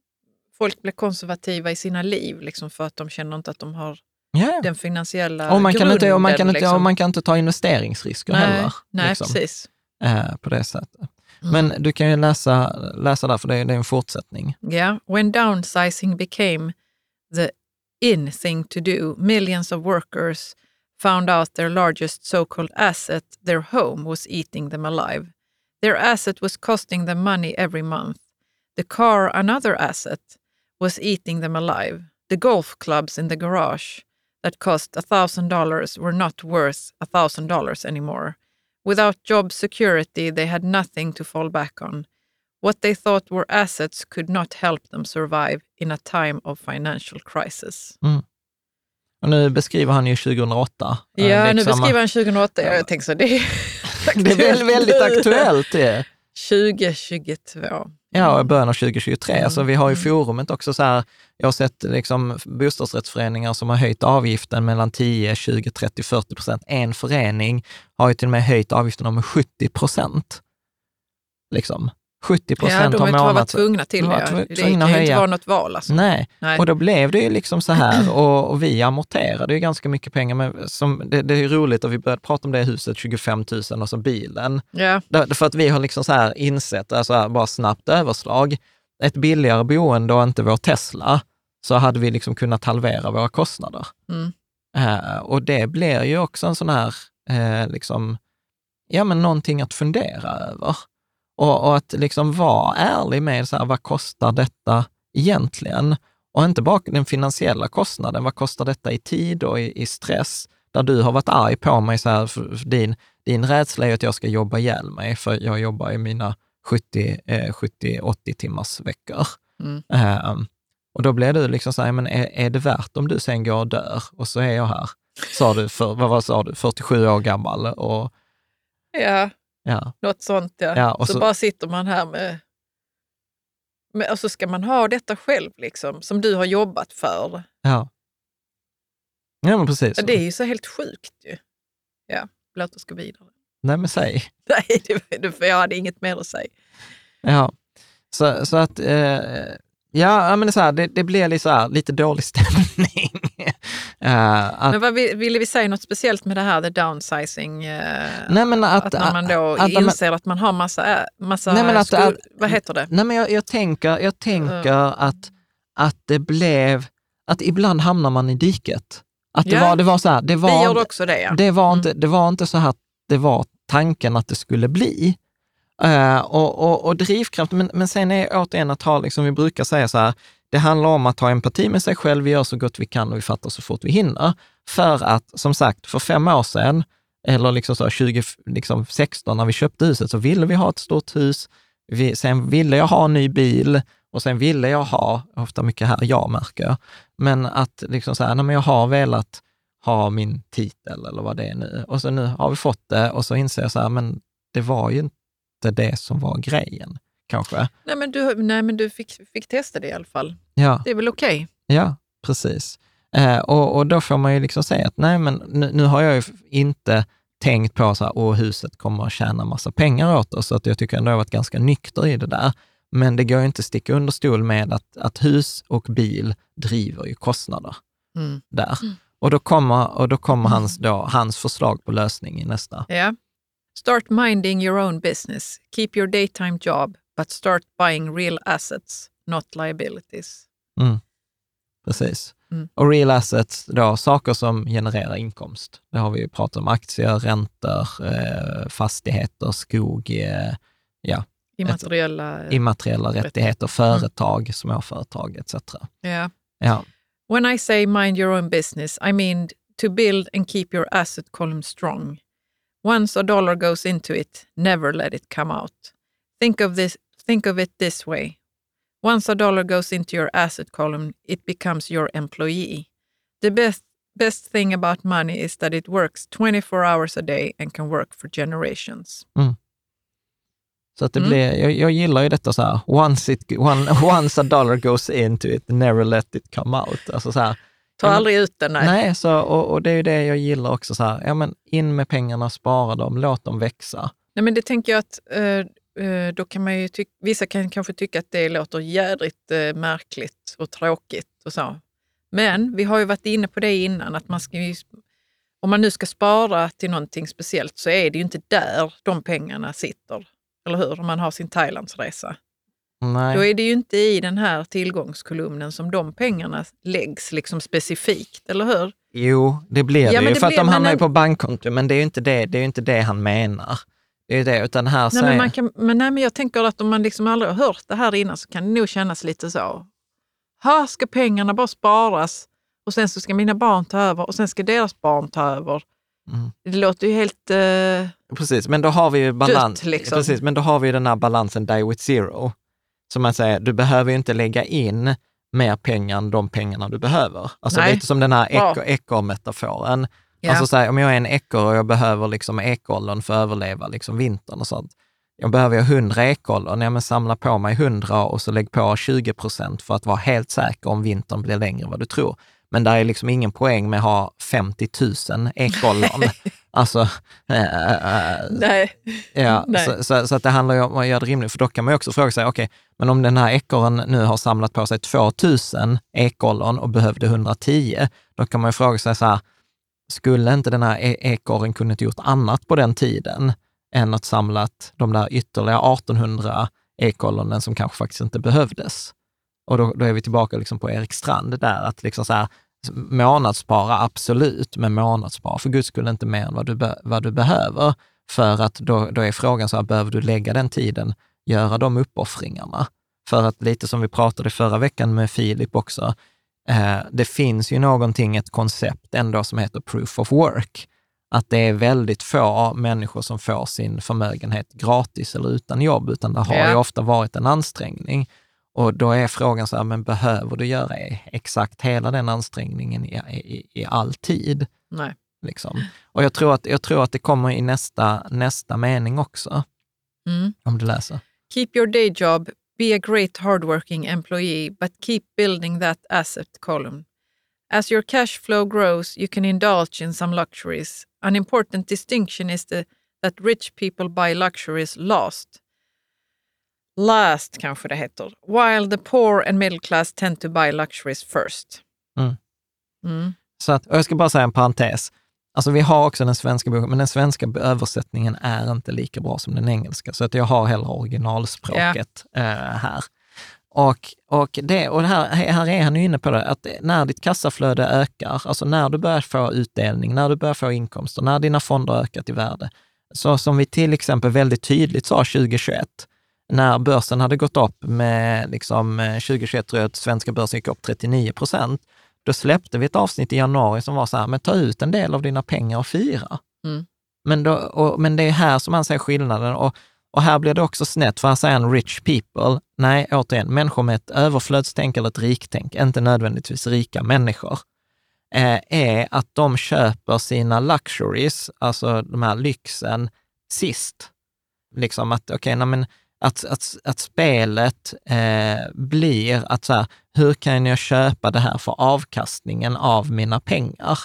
folk blir konservativa i sina liv liksom, för att de känner inte att de har ja. den finansiella och man kan grunden. Inte, och man kan, liksom. inte, och man kan inte ta investeringsrisker nej, heller. Nej, liksom, precis. Eh, på det sättet. Men du kan ju läsa, läsa där, för det är, det är en fortsättning. Yeah, when downsizing became the in thing to do, millions of workers found out their largest so-called asset, their home, was eating them alive. Their asset was costing them money every month. The car, another asset, was eating them alive. The golf clubs in the garage that cost a thousand dollars were not worth a thousand dollars anymore. Without job security, they had nothing to fall back on. What they thought were assets could not help them survive in a time of financial crisis. Mm. Och nu beskriver han ju tjugohundraåtta. Ja, nu beskriver han tjugohundraåtta. Ja. Jag tänker så, det är, det är väldigt, väldigt aktuellt det. tjugohundratjugotvå. Ja, i början av tjugohundratjugotre. Mm. Alltså, vi har ju forumet också så här, jag har sett liksom bostadsrättsföreningar som har höjt avgiften mellan tio, tjugo, trettio, fyrtio procent. En förening har ju till och med höjt avgiften med sjuttio procent. Liksom. sjuttio procent ja, har de månat. har varit tvungna till det. Tvungna Det kan ju inte vara något val. Alltså. Nej. Nej, och då blev det ju liksom så här och, och vi amorterade ju ganska mycket pengar. Men som, det, det är ju roligt att vi började prata om det huset, tjugofem tusen och så bilen. Ja. Där, för att vi har liksom så här insett, alltså här, bara snabbt överslag, ett billigare boende och inte vår Tesla, så hade vi liksom kunnat halvera våra kostnader. Mm. Uh, och det blir ju också en sån här, uh, liksom, ja men någonting att fundera över. Och, och att liksom vara ärlig med så här, vad kostar detta egentligen? Och inte bara den finansiella kostnaden, vad kostar detta i tid och i, i stress? Där du har varit arg på mig, så här, för, för din, din rädsla är att jag ska jobba ihjäl mig, för jag jobbar i mina sjuttio åttio timmars veckor. Mm. Um, och då blir du liksom så här, men är, är det värt om du sen går och dör? Och så är jag här, sa du, för, vad var, sa du, fyrtiosju år gammal och Ja. Ja. Något sånt, ja. ja och så, så bara sitter man här med, med... Och så ska man ha detta själv, liksom, som du har jobbat för. Ja. Ja, men precis. Ja, det är ju så helt sjukt ju. Ja, låt oss gå vidare. Nej, men säg. Nej, det, det, för jag hade inget mer att säga. Ja, så, så att... Eh, ja, men det, är så här, det, det blir lite, så här, lite dålig stämning. uh, att, men vad ville vi säga något speciellt med det här, the downsizing? Uh, nej, men att, att när man då att, inser att, att man har massa, massa nej, men att, skuld, att, vad heter det? Nej, men jag, jag tänker, jag tänker uh. att, att det blev, att ibland hamnar man i diket. Att det, ja. var, det var så här, det var, vi gör också det, ja. det, var mm. inte, det var inte så här, det var tanken att det skulle bli. Uh, och, och, och drivkraft, men, men sen är återigen att ha, liksom vi brukar säga så här, det handlar om att ha empati med sig själv, vi gör så gott vi kan och vi fattar så fort vi hinner. För att, som sagt, för fem år sedan, eller liksom så tjugo sexton när vi köpte huset, så ville vi ha ett stort hus. Vi, sen ville jag ha en ny bil och sen ville jag ha, ofta mycket här jag märker, men att liksom så här, nej, men jag har velat ha min titel eller vad det är nu. Och så nu har vi fått det och så inser jag så här, men det var ju inte det som var grejen, kanske. Nej, men du, nej, men du fick, fick testa det i alla fall. Ja. Det är väl okej? Okay. Ja, precis. Eh, och, och då får man ju liksom säga att nej, men nu, nu har jag ju inte tänkt på så här, åh, huset kommer att tjäna massa pengar åt oss, så att jag tycker ändå jag har varit ganska nykter i det där. Men det går ju inte att sticka under stol med att, att hus och bil driver ju kostnader mm. där. Mm. Och då kommer, och då kommer hans, då, hans förslag på lösning i nästa. Ja. Start minding your own business. Keep your daytime job, but start buying real assets, not liabilities. Mm. Precis. Mm. Och real assets, då, saker som genererar inkomst. Det har vi ju pratat om, aktier, räntor, eh, fastigheter, skog, eh, ja. Immateriella, ett, immateriella rättigheter, företag, mm. småföretag et cetera. Ja. Ja. When I say mind your own business, I mean to build and keep your asset column strong. Once a dollar goes into it, never let it come out. Think of this. Think of it this way. Once a dollar goes into your asset column, it becomes your employee. The best best thing about money is that it works twenty-four hours a day and can work for generations. Mm. Så att det mm. blir, jag, jag gillar ju detta så här, once, it, one, once a dollar goes into it, never let it come out. Alltså så här, Ta men, aldrig ut den. Nej, nej så, och, och det är ju det jag gillar också så här, ja men in med pengarna, spara dem, låt dem växa. Nej, men det tänker jag att eh, då kan man ju tycka, vissa kan kanske tycka att det låter jädrigt eh, märkligt och tråkigt och så. Men vi har ju varit inne på det innan, att man ska ju, om man nu ska spara till någonting speciellt så är det ju inte där de pengarna sitter. Eller hur? Om man har sin Thailandsresa. Nej. Då är det ju inte i den här tillgångskolumnen som de pengarna läggs liksom specifikt, eller hur? Jo, det blir Ja, det men ju. det För blir- att de hamnar ju men på bankkonto, men det är ju inte det, det är ju inte det han menar. Det är ju det, utan här Nej, säger... men, man kan, men, nej, men jag tänker att om man liksom aldrig har hört det här innan så kan det nog kännas lite så. Här ska pengarna bara sparas och sen så ska mina barn ta över och sen ska deras barn ta över. Mm. Det låter ju helt... Eh, Precis, men då har vi ju balans. dött, liksom. Precis, men då har vi ju den här balansen die with zero. Som man säger, du behöver ju inte lägga in mer pengar än de pengarna du behöver. Alltså Nej. lite som den här Bra. eko- ekorrmetaforen. Ja. Alltså så här, om jag är en ekorre och jag behöver liksom ekollon för att överleva liksom vintern och sånt. Jag behöver ju hundra ekollon, ja men samla på mig hundra och så lägg på tjugo procent för att vara helt säker om vintern blir längre än vad du tror. Men där är liksom ingen poäng med att ha femtio tusen ekollon. Alltså, äh, äh, nej. ja, Nej. så, så, så att det handlar ju om att göra det rimligt. För då kan man ju också fråga sig, okej, okay, men om den här ekorren nu har samlat på sig tvåtusen ekollon och behövde hundratio, då kan man ju fråga sig så här, skulle inte den här e- ekorren kunnat gjort annat på den tiden än att samlat de där ytterligare artonhundra ekollonen som kanske faktiskt inte behövdes? Och då, då är vi tillbaka liksom på Erik Strand där, att liksom så här, månadsspara absolut, men månadsspara för guds skull inte mer än vad du, be, vad du behöver. För att då, då är frågan så här, behöver du lägga den tiden, göra de uppoffringarna? För att lite som vi pratade förra veckan med Filip också, eh, det finns ju någonting, ett koncept ändå som heter proof of work. Att det är väldigt få människor som får sin förmögenhet gratis eller utan jobb, utan det har Ja. ju ofta varit en ansträngning. Och då är frågan så här, men behöver du göra exakt hela den ansträngningen i, i, i all tid? Nej. Liksom. Och jag tror, att, jag tror att det kommer i nästa, nästa mening också, Mm. om du läser. Keep your day job, be a great hardworking employee, but keep building that asset column. As your cash flow grows, you can indulge in some luxuries. An important distinction is the, that rich people buy luxuries last. Last kanske det heter. While the poor and middle class tend to buy luxuries first. Mm. Mm. Så att, och jag ska bara säga en parentes. Alltså vi har också den svenska boken, men den svenska översättningen är inte lika bra som den engelska. Så att jag har hellre originalspråket ja. eh, här. Och, och, det, och här, här är han ju inne på det, att när ditt kassaflöde ökar, alltså när du börjar få utdelning, när du börjar få inkomster, när dina fonder ökat i värde, så som vi till exempel väldigt tydligt sa tjugohundratjugoett, när börsen hade gått upp med, liksom tjugohundratjugoett tror jag att svenska börsen gick upp trettionio procent, då släppte vi ett avsnitt i januari som var så här, men ta ut en del av dina pengar och fira. Mm. Men, då, och, men det är här som man ser skillnaden, och, och här blir det också snett, för han säger en rich people. Nej, återigen, människor med ett överflödstänk eller ett riktänk, inte nödvändigtvis rika människor, eh, är att de köper sina luxuries, alltså de här lyxen, sist. Liksom att, okej, okay, men Att, att, att spelet eh, blir att så här, hur kan jag köpa det här för avkastningen av mina pengar?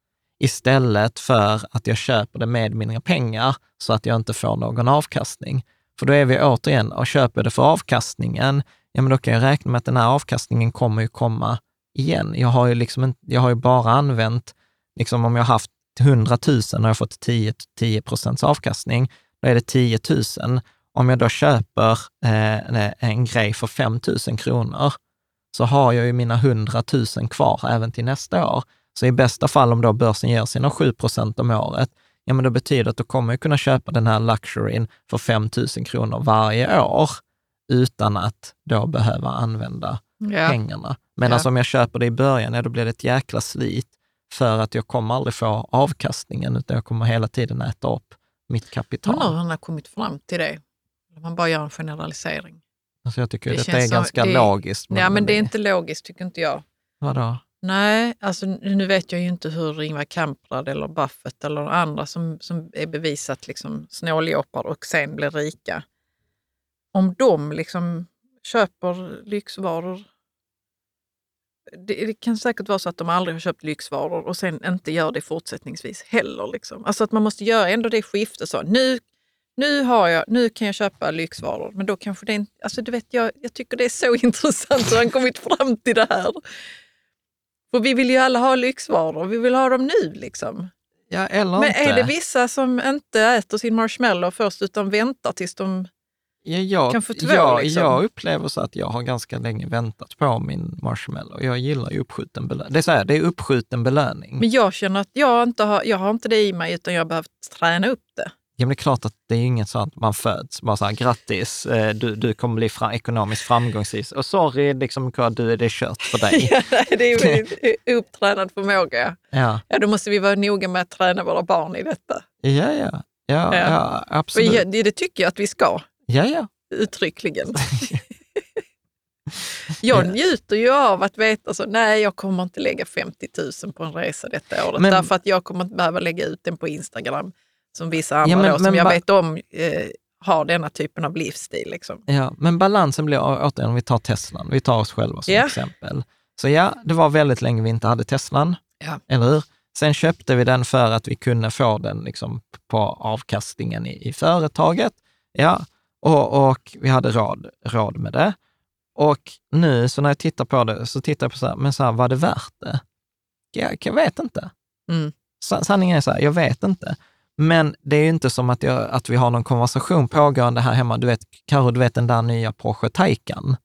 Istället för att jag köper det med mina pengar så att jag inte får någon avkastning. För då är vi återigen, och köper det för avkastningen, ja men då kan jag räkna med att den här avkastningen kommer ju komma igen. Jag har ju, liksom en, jag har ju bara använt, liksom om jag har haft hundratusen och jag har fått tio procent avkastning, då är det tio tusen. Om jag då köper eh, en grej för fem tusen kronor så har jag ju mina hundratusen kvar även till nästa år. Så i bästa fall om då börsen ger sina sju procent om året, ja men då betyder att då kommer jag kunna köpa den här luxuryn för fem tusen kronor varje år utan att då behöva använda Ja. pengarna. Men ja. Alltså om jag köper det i början, ja, då blir det ett jäkla slit för att jag kommer aldrig få avkastningen utan jag kommer hela tiden äta upp mitt kapital. Undrar hur han har kommit fram till det. Man bara gör en generalisering. Alltså jag tycker det att det är ganska det, logiskt. Men ja, men det är inte logiskt tycker inte jag. Vadå? Nej, alltså nu vet jag ju inte hur Ingvar Kamprad eller Buffett eller andra som, som är bevisat liksom snåljåpar och sen blir rika. Om de liksom köper lyxvaror. Det, det kan säkert vara så att de aldrig har köpt lyxvaror och sen inte gör det fortsättningsvis heller. Liksom. Alltså att man måste göra ändå det skiftet så. Nu Nu, har jag, nu kan jag köpa lyxvaror, men då kanske det inte... Alltså du vet, jag, jag tycker det är så intressant att han kommit fram till det här. För vi vill ju alla ha lyxvaror, vi vill ha dem nu liksom. Ja, eller men inte. är det vissa som inte äter sin marshmallow först utan väntar tills de Ja, jag, kan få två. jag, liksom. jag upplever så att jag har ganska länge väntat på min marshmallow. Jag gillar ju uppskjuten belöning. Det är så här, det är uppskjuten belöning. Men jag känner att jag inte har, jag har inte det i mig, utan jag har behövt träna upp det. Ja, men det är klart att det är inget så att man föds bara så här, grattis, du, du kommer bli fra, ekonomiskt framgångsrik. Och sorry, liksom, du är det kört för dig. Ja, det är ju upptränad förmåga. Ja. Ja, då måste vi vara noga med att träna våra barn i detta. Ja, ja, ja, ja, ja absolut. Och det, det tycker jag att vi ska. Ja, ja. Uttryckligen. Jag njuter ju av att veta så, nej, jag kommer inte lägga femtio tusen på en resa detta året. Men, därför att jag kommer inte behöva lägga ut den på Instagram som vissa andra ja, men, då, som men, jag vet om eh, har denna typen av livsstil. Liksom. Ja, men balansen blir återigen, om vi tar Teslan, vi tar oss själva som yeah. exempel. Så ja, det var väldigt länge vi inte hade Teslan, ja. eller hur? Sen köpte vi den för att vi kunde få den liksom på avkastningen i, i företaget. Ja, och, och vi hade råd, råd med det. Och nu, så när jag tittar på det, så tittar jag på så här, men så här, var det värt det? Jag, jag vet inte. Mm. Sanningen är så här, jag vet inte. Men det är ju inte som att, jag, att vi har någon konversation pågående här hemma. Du vet, Karo, du vet den där nya Porsche Taycan?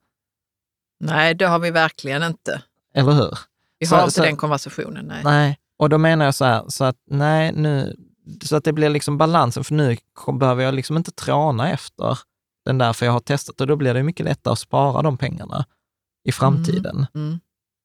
Nej, det har vi verkligen inte. Eller hur? Vi har så, inte så, den konversationen, nej. Nej, och då menar jag så här, så att nej, nu, så att det blir liksom balansen, för nu behöver jag liksom inte tråna efter den där, för jag har testat, och då blir det mycket lättare att spara de pengarna i framtiden. Mm. Mm.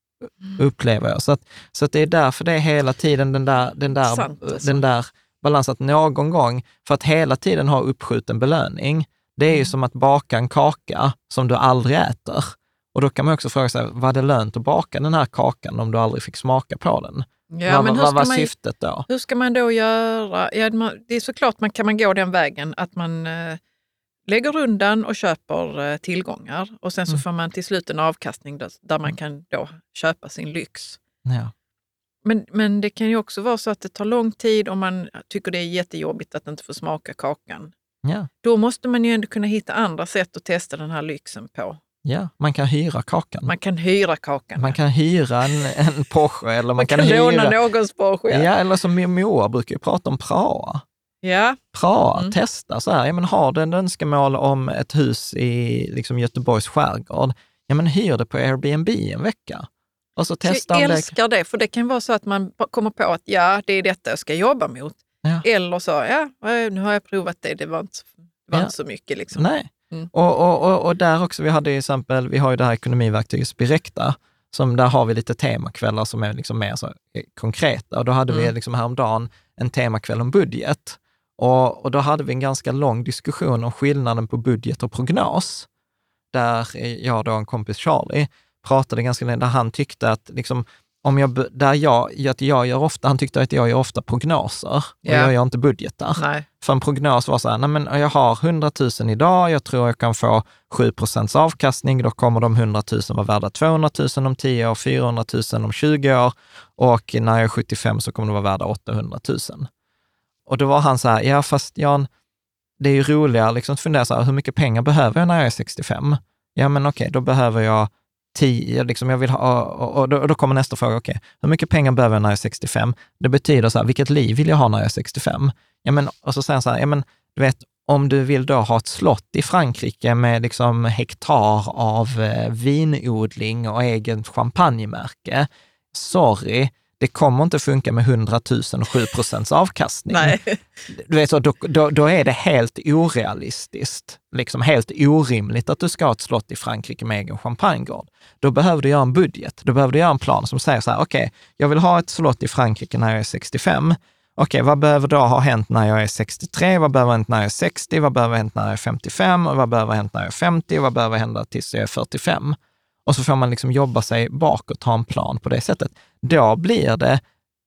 Upplever jag. Så att, så att det är därför det är hela tiden den där, den där, Sant, alltså. den där balans, att någon gång, för att hela tiden ha uppskjuten belöning, det är ju mm. som att baka en kaka som du aldrig äter. Och då kan man också fråga sig, var det lönt att baka den här kakan om du aldrig fick smaka på den? Ja, vad men vad var man, syftet då? Hur ska man då göra? Ja, man, det är såklart man kan man gå den vägen att man eh, lägger undan och köper eh, tillgångar, och sen så mm. får man till slut en avkastning där, där man kan då köpa sin lyx. Ja. Men, men det kan ju också vara så att det tar lång tid om man tycker det är jättejobbigt att inte få smaka kakan. Ja. Då måste man ju ändå kunna hitta andra sätt att testa den här lyxen på. Ja, man kan hyra kakan. Man kan hyra kakan. Man kan hyra en, en Porsche. Eller man, man kan, kan hyra låna någons Porsche. Ja, ja eller som Moa brukar ju prata om Praha. Ja. Praha, mm. testa så här. Ja, men har du en önskemål om ett hus i liksom Göteborgs skärgård, ja men hyr det på Airbnb en vecka. Och så testa. Jag älskar det, för det kan vara så att man kommer på att ja, det är detta jag ska jobba mot. Ja. Eller så, ja, nu har jag provat det, det var inte, det var ja. inte så mycket. Liksom. Nej. Mm. Och, och, och, och där också, vi hade ju exempel, vi har ju det här ekonomiverktyget Spirecta, som där har vi lite temakvällar som är liksom mer så konkreta. Och då hade mm. vi liksom häromdagen en temakväll om budget. Och, och då hade vi en ganska lång diskussion om skillnaden på budget och prognos. Där jag då, en kompis Charlie, pratade ganska länge, där han tyckte att liksom, om jag, där jag, att jag gör ofta, han tyckte att jag gör ofta prognoser och yeah. jag gör inte budgetar. Nej. För en prognos var så här, nej men jag har hundra tusen idag, jag tror jag kan få sju procents avkastning, då kommer de hundra tusen vara värda tvåhundra tusen om tio år, fyrahundra tusen om tjugo år, och när jag är sjuttiofem så kommer de vara värda åttahundra tusen. Och då var han så här, ja fast Jan, det är ju roligare liksom att fundera så här, hur mycket pengar behöver jag när jag är sextiofem? Ja men okej, då behöver jag tio, liksom jag vill ha, och, och, då, och då kommer nästa fråga, okej, hur mycket pengar behöver jag när jag är sextiofem? Det betyder så här, vilket liv vill jag ha när jag är sextiofem? Ja men, och så säger han så här, ja men du vet, om du vill då ha ett slott i Frankrike med liksom hektar av eh, vinodling och eget champagnemärke, sorry, det kommer inte funka med hundra tusen och sju procents avkastning. Nej. Du vet, så då, då, då är det helt orealistiskt, liksom helt orimligt att du ska ha ett slott i Frankrike med egen champagnegård. Då behöver du göra en budget. Då behöver du göra en plan som säger så här, okej, okay, jag vill ha ett slott i Frankrike när jag är sextiofem. Okej, okay, vad behöver då ha hänt när jag är sextiotre? Vad behöver hänt när jag är sextio? Vad behöver hänt när jag är femtiofem? Och vad behöver hänt när jag är femtio? Vad behöver hända tills jag är fyrtiofem? Och så får man liksom jobba sig bakåt och ha en plan på det sättet. Då blir det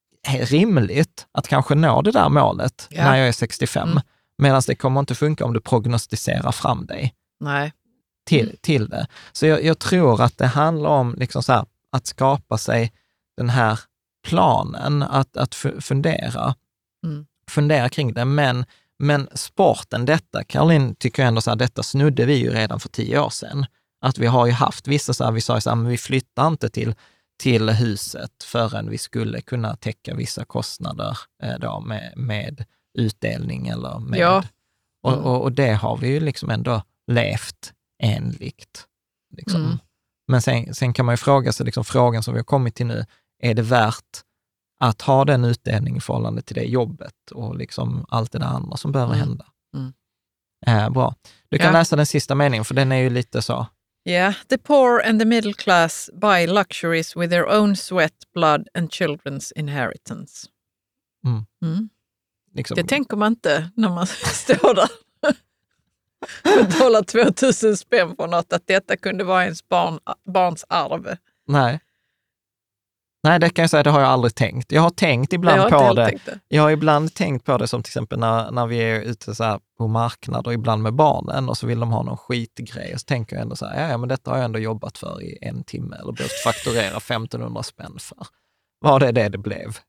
rimligt att kanske nå det där målet ja. när jag är sextiofem. Mm. Medan det kommer inte funka om du prognostiserar fram dig Nej. Till, mm. till det. Så jag, jag tror att det handlar om liksom så här, att skapa sig den här planen, att, att fundera. Mm. Fundera kring det. Men, men sporten, detta, Caroline tycker jag ändå så här, detta snudde vi ju redan för tio år sedan. Att vi har ju haft vissa så här, vi sa så här, men vi flyttar inte till, till huset förrän vi skulle kunna täcka vissa kostnader eh, då med, med utdelning eller med. Ja. Och, och, och det har vi ju liksom ändå levt enligt. Liksom. Mm. Men sen, sen kan man ju fråga sig, liksom, frågan som vi har kommit till nu, är det värt att ha den utdelning i förhållande till det jobbet och liksom allt det där andra som behöver Mm. hända? Mm. Eh, bra. Du kan Ja. läsa den sista meningen, för den är ju lite så. Yeah, the poor and the middle class buy luxuries with their own sweat, blood and children's inheritance. Mm. Mm. Liksom, Det tänker man inte när man står där och betalar tvåtusen spänn för något, att detta kunde vara ens barn, barns arv. nej. Nej, det kan jag säga, det har jag aldrig tänkt. Jag har tänkt ibland Jag på har inte det. helt tänkt det. Jag har ibland tänkt på det som till exempel när, när vi är ute så här på marknader, ibland med barnen, och så vill de ha någon skitgrej. Och så tänker jag ändå så här, ja, ja men detta har jag ändå jobbat för i en timme eller behövt fakturera femtonhundra spänn för. Var det det det blev?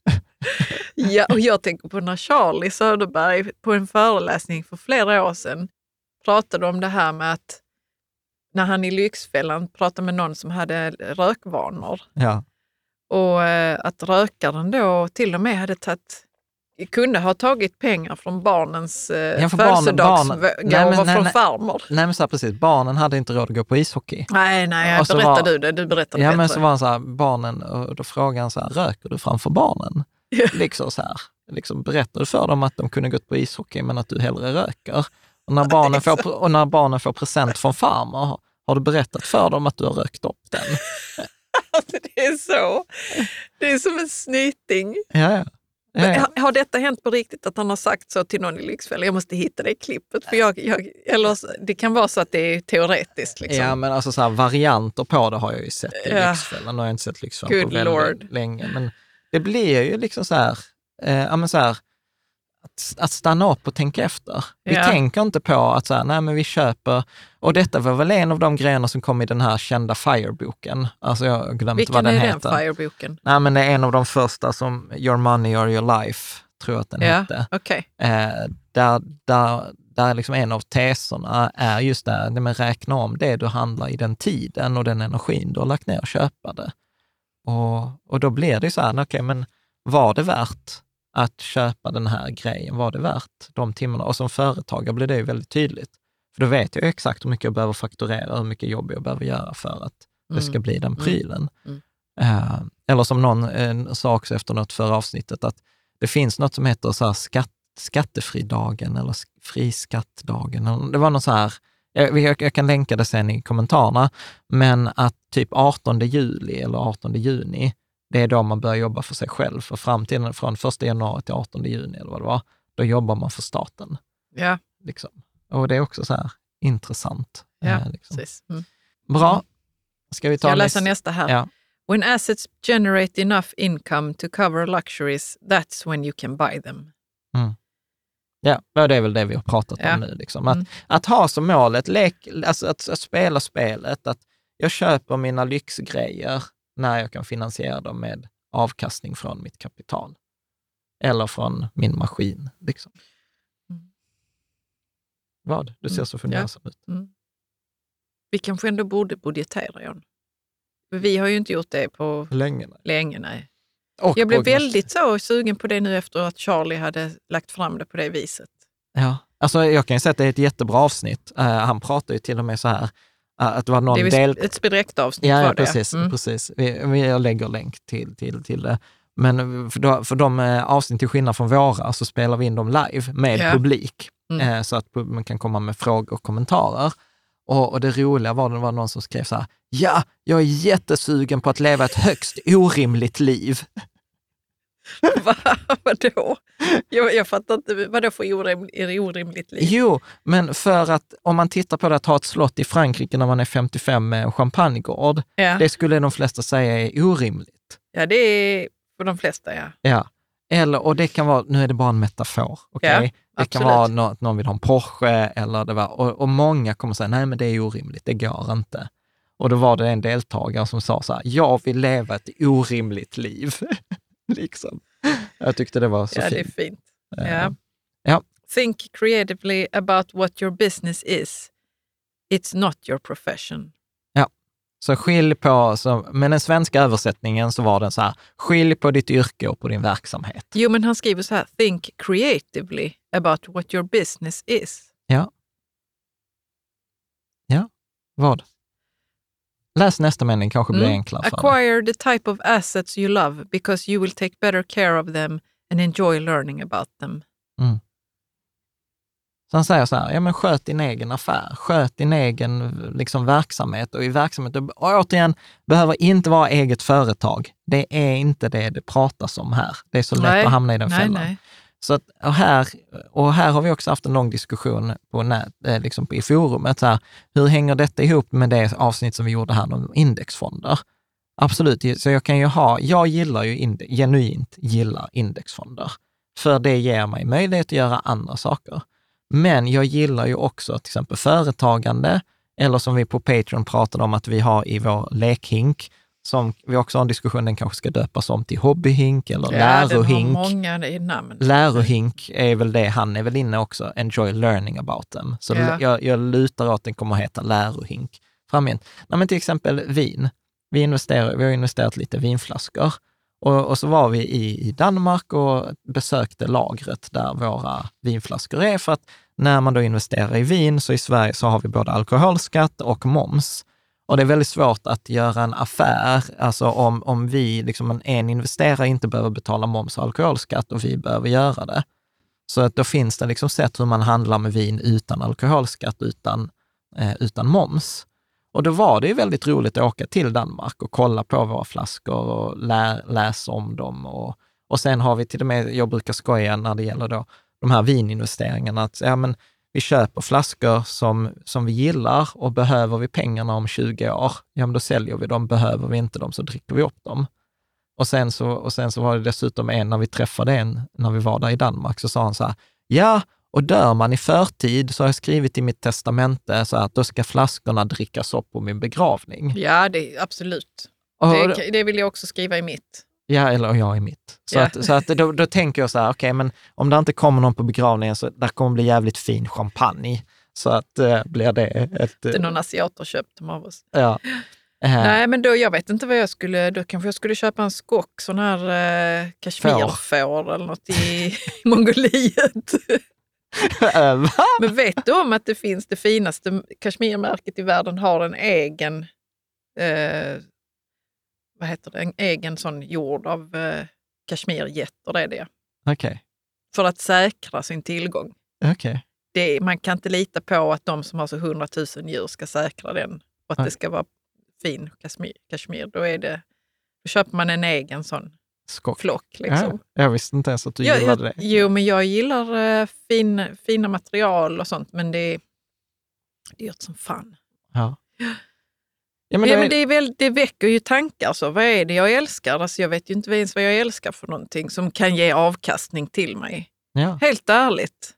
Ja, och jag tänker på när Charlie Söderberg på en föreläsning för flera år sedan pratade om det här med att när han i Lyxfällan pratade med någon som hade rökvanor. Ja. Och eh, att rökaren då till och med hade tagit, kunde ha tagit pengar från barnens eh, Ja, för barnen- födelsedagsgåvor barnen- nej, från nej, farmor. Nej, men så här, precis. Barnen hade inte råd att gå på ishockey. Nej, nej, Och så berättar var- du det. Du berättade Ja, bättre. men så var han så här, barnen, och då frågade han så här, röker du framför barnen? Liksom så här, liksom berättar du för dem att de kunde gått på ishockey men att du hellre röker? Och när barnen, får, och när barnen får present från farmor, har du berättat för dem att du har rökt upp den? Alltså, det är så. Det är som en snyting. Ja, ja. Ja, ja. Har, har detta hänt på riktigt att han har sagt så till någon i Lyxfällan? Jag måste hitta det klippet. För jag, jag, eller så- det kan vara så att det är teoretiskt. Liksom. Ja, men alltså så här, varianter på det har jag ju sett i Ja. Lyxfällan. Nu har jag inte sett Lyxfällan Good på väldigt Lord. länge. Men det blir ju liksom så här, eh, ja, men så här att, att stanna upp och tänka efter. Vi Ja. tänker inte på att så här, nej men vi köper, och detta var väl en av de grejerna som kom i den här kända Fire-boken. Alltså jag har glömt Vilken vad den är heter. den Fire-boken? Nej, men det är en av de första som Your Money or Your Life, tror jag att den Ja, hette. okej. Eh, där, där, där liksom en av teserna är just det, det med räkna om det du handlar i den tiden och den energin du har lagt ner och köpa det. Och, och då blir det så här, okej, okay, men var det värt att köpa den här grejen? Var det värt de timmarna? Och som företagare blir det ju väldigt tydligt. För då vet jag exakt hur mycket jag behöver fakturera, hur mycket jobb jag behöver göra för att det ska bli den prylen. Mm. Eh, eller som någon eh, sa också efter något förra avsnittet, att det finns något som heter så här skatt, skattefridagen eller sk- friskattdagen. Det var något så här, jag, jag, jag kan länka det sen i kommentarerna, men att typ artonde juli eller artonde juni, det är då man börjar jobba för sig själv. För framtiden från första januari till artonde juni eller vad det var, då jobbar man för staten. Ja, Liksom. Och det är också så här intressant. ja eh, liksom. precis. Mm. Bra. Ska vi ta Jag läser nästa? nästa här. Ja. When assets generate enough income to cover luxuries, that's when you can buy them. Ja, det är väl det vi har pratat Ja. om nu. Liksom. Att, Mm. att ha som mål ett lek, alltså att, att spela spelet, att jag köper mina lyxgrejer när jag kan finansiera dem med avkastning från mitt kapital. Eller från min maskin. Liksom. Mm. Vad? Du ser Mm. så fundersam ut. Mm. Vi kanske ändå borde budgetera, Jan. För vi har ju inte gjort det på Länge. Nej. länge, nej. Och Jag blev prognos- väldigt så sugen på det nu efter att Charlie hade lagt fram det på det viset. Ja, alltså jag kan ju säga att det är ett jättebra avsnitt. Uh, han pratar ju till och med så här, uh, att det var någon Det är del... väl ett direktavsnitt Ja, var ja det. precis. Mm. precis. Vi, vi jag lägger länk till, till, till det. Men för, då, för de eh, avsnitt, till skillnad från våra, så spelar vi in dem live med Ja. publik. Mm. Eh, så att man kan komma med frågor och kommentarer. Och, och det roliga var, det var någon som skrev så här, ja, jag är jättesugen på att leva ett högst orimligt liv. Va? Vadå? Jag, jag fattar inte. Vadå för orim, är det orimligt liv? Jo, men för att om man tittar på det att ha ett slott i Frankrike när man är femtiofem med en champagnegård, Ja. det skulle de flesta säga är orimligt. ja, det är för de flesta, ja. Ja, eller, och det kan vara, nu är det bara en metafor, okej? Ja, det absolut. kan vara nå- att någon vill ha en Porsche, eller det var, och, och många kommer säga, nej men det är orimligt, det går inte. Och då var det en deltagare som sa så här, jag vill leva ett orimligt liv. liksom. Jag tyckte det var så Ja, fint. det är fint. Eh, Ja. ja. Think creatively about what your business is. It's not your profession. Så skilj på, så, men den svenska översättningen så var den så här, skilj på ditt yrke och på din verksamhet. Jo, men han skriver så här, think creatively about what your business is. Ja. Vad? Läs nästa mening, kanske blir mm. enklare för Acquire the type of assets you love because you will take better care of them and enjoy learning about them. Mm. Så han säger så här, ja men sköt din egen affär, sköt din egen liksom, verksamhet och i verksamhet, och återigen, behöver inte vara eget företag. Det är inte det det pratas om här. Det är så lätt nej. att hamna i den nej, fällan. Nej. Så att, och, här, och här har vi också haft en lång diskussion på nät, liksom i forumet. Så här, hur hänger detta ihop med det avsnitt som vi gjorde här om indexfonder? Absolut, så jag kan ju ha, jag gillar ju inde, genuint gillar indexfonder. För det ger mig möjlighet att göra andra saker. Men jag gillar ju också till exempel företagande, eller som vi på Patreon pratade om att vi har i vår lekhink, som vi också har en diskussion, den kanske ska döpas om till hobbyhink eller ja, lärohink. Den har många i namn. Lärohink är väl det, han är väl inne också, enjoy learning about them. Så ja. jag, jag lutar åt att den kommer att heta lärohink framgent. Nej, men till exempel vin. Vi, investerar, vi har investerat lite vinflaskor. Och, och så var vi i, i Danmark och besökte lagret där våra vinflaskor är, för att när man då investerar i vin, så i Sverige så har vi både alkoholskatt och moms. Och det är väldigt svårt att göra en affär, alltså om, om vi, liksom en, en investerare inte behöver betala moms och alkoholskatt och vi behöver göra det. Så att då finns det liksom sätt hur man handlar med vin utan alkoholskatt, utan, eh, utan moms. Och då var det ju väldigt roligt att åka till Danmark och kolla på våra flaskor och lä, läsa om dem. Och, och sen har vi till och med, jag brukar skoja när det gäller då de här vininvesteringarna, att ja, men vi köper flaskor som, som vi gillar, och behöver vi pengarna om tjugo år, ja men då säljer vi dem, behöver vi inte dem så dricker vi upp dem. Och sen så, och sen så var det dessutom en, när vi träffade en, när vi var där i Danmark, så sa han så här, ja, och dör man i förtid så har jag skrivit i mitt testamente så att då ska flaskorna drickas upp på min begravning. Ja, det absolut. Och, det, det vill jag också skriva i mitt. Ja, eller jag i mitt. Så, ja. att, så att då, då tänker jag så här, okej, okay, men om det inte kommer någon på begravningen så där kommer bli jävligt fin champagne. Så att äh, blir det ett... Det är någon asiater köpt dem av oss. Ja. Äh. Nej, men då, jag vet inte vad jag skulle... Då kanske jag skulle köpa en skock, sån här eh, kashmirfår eller något i Mongoliet. Men vet du om att det finns det finaste kashmirmärket i världen har en egen... Eh, vad heter det? En egen sån jord av eh, kashmirgetter, det är det. Okej. Okay. För att säkra sin tillgång. Okej. Okay. Man kan inte lita på att de som har så hundratusen djur ska säkra den. Och att okay. det ska vara fin kashmir. kashmir. Då, är det, då köper man en egen sån Skock. flock. Liksom. Ja, jag visste inte ens att du jag, gillade jag, det. Jo, men jag gillar uh, fin, fina material och sånt. Men det, det är gjort som fan. Ja. Ja, men, ja, det, men det, är väl, det väcker ju tankar. Så vad är det jag älskar? Alltså, jag vet ju inte ens vad jag älskar för någonting som kan ge avkastning till mig. Ja. Helt ärligt.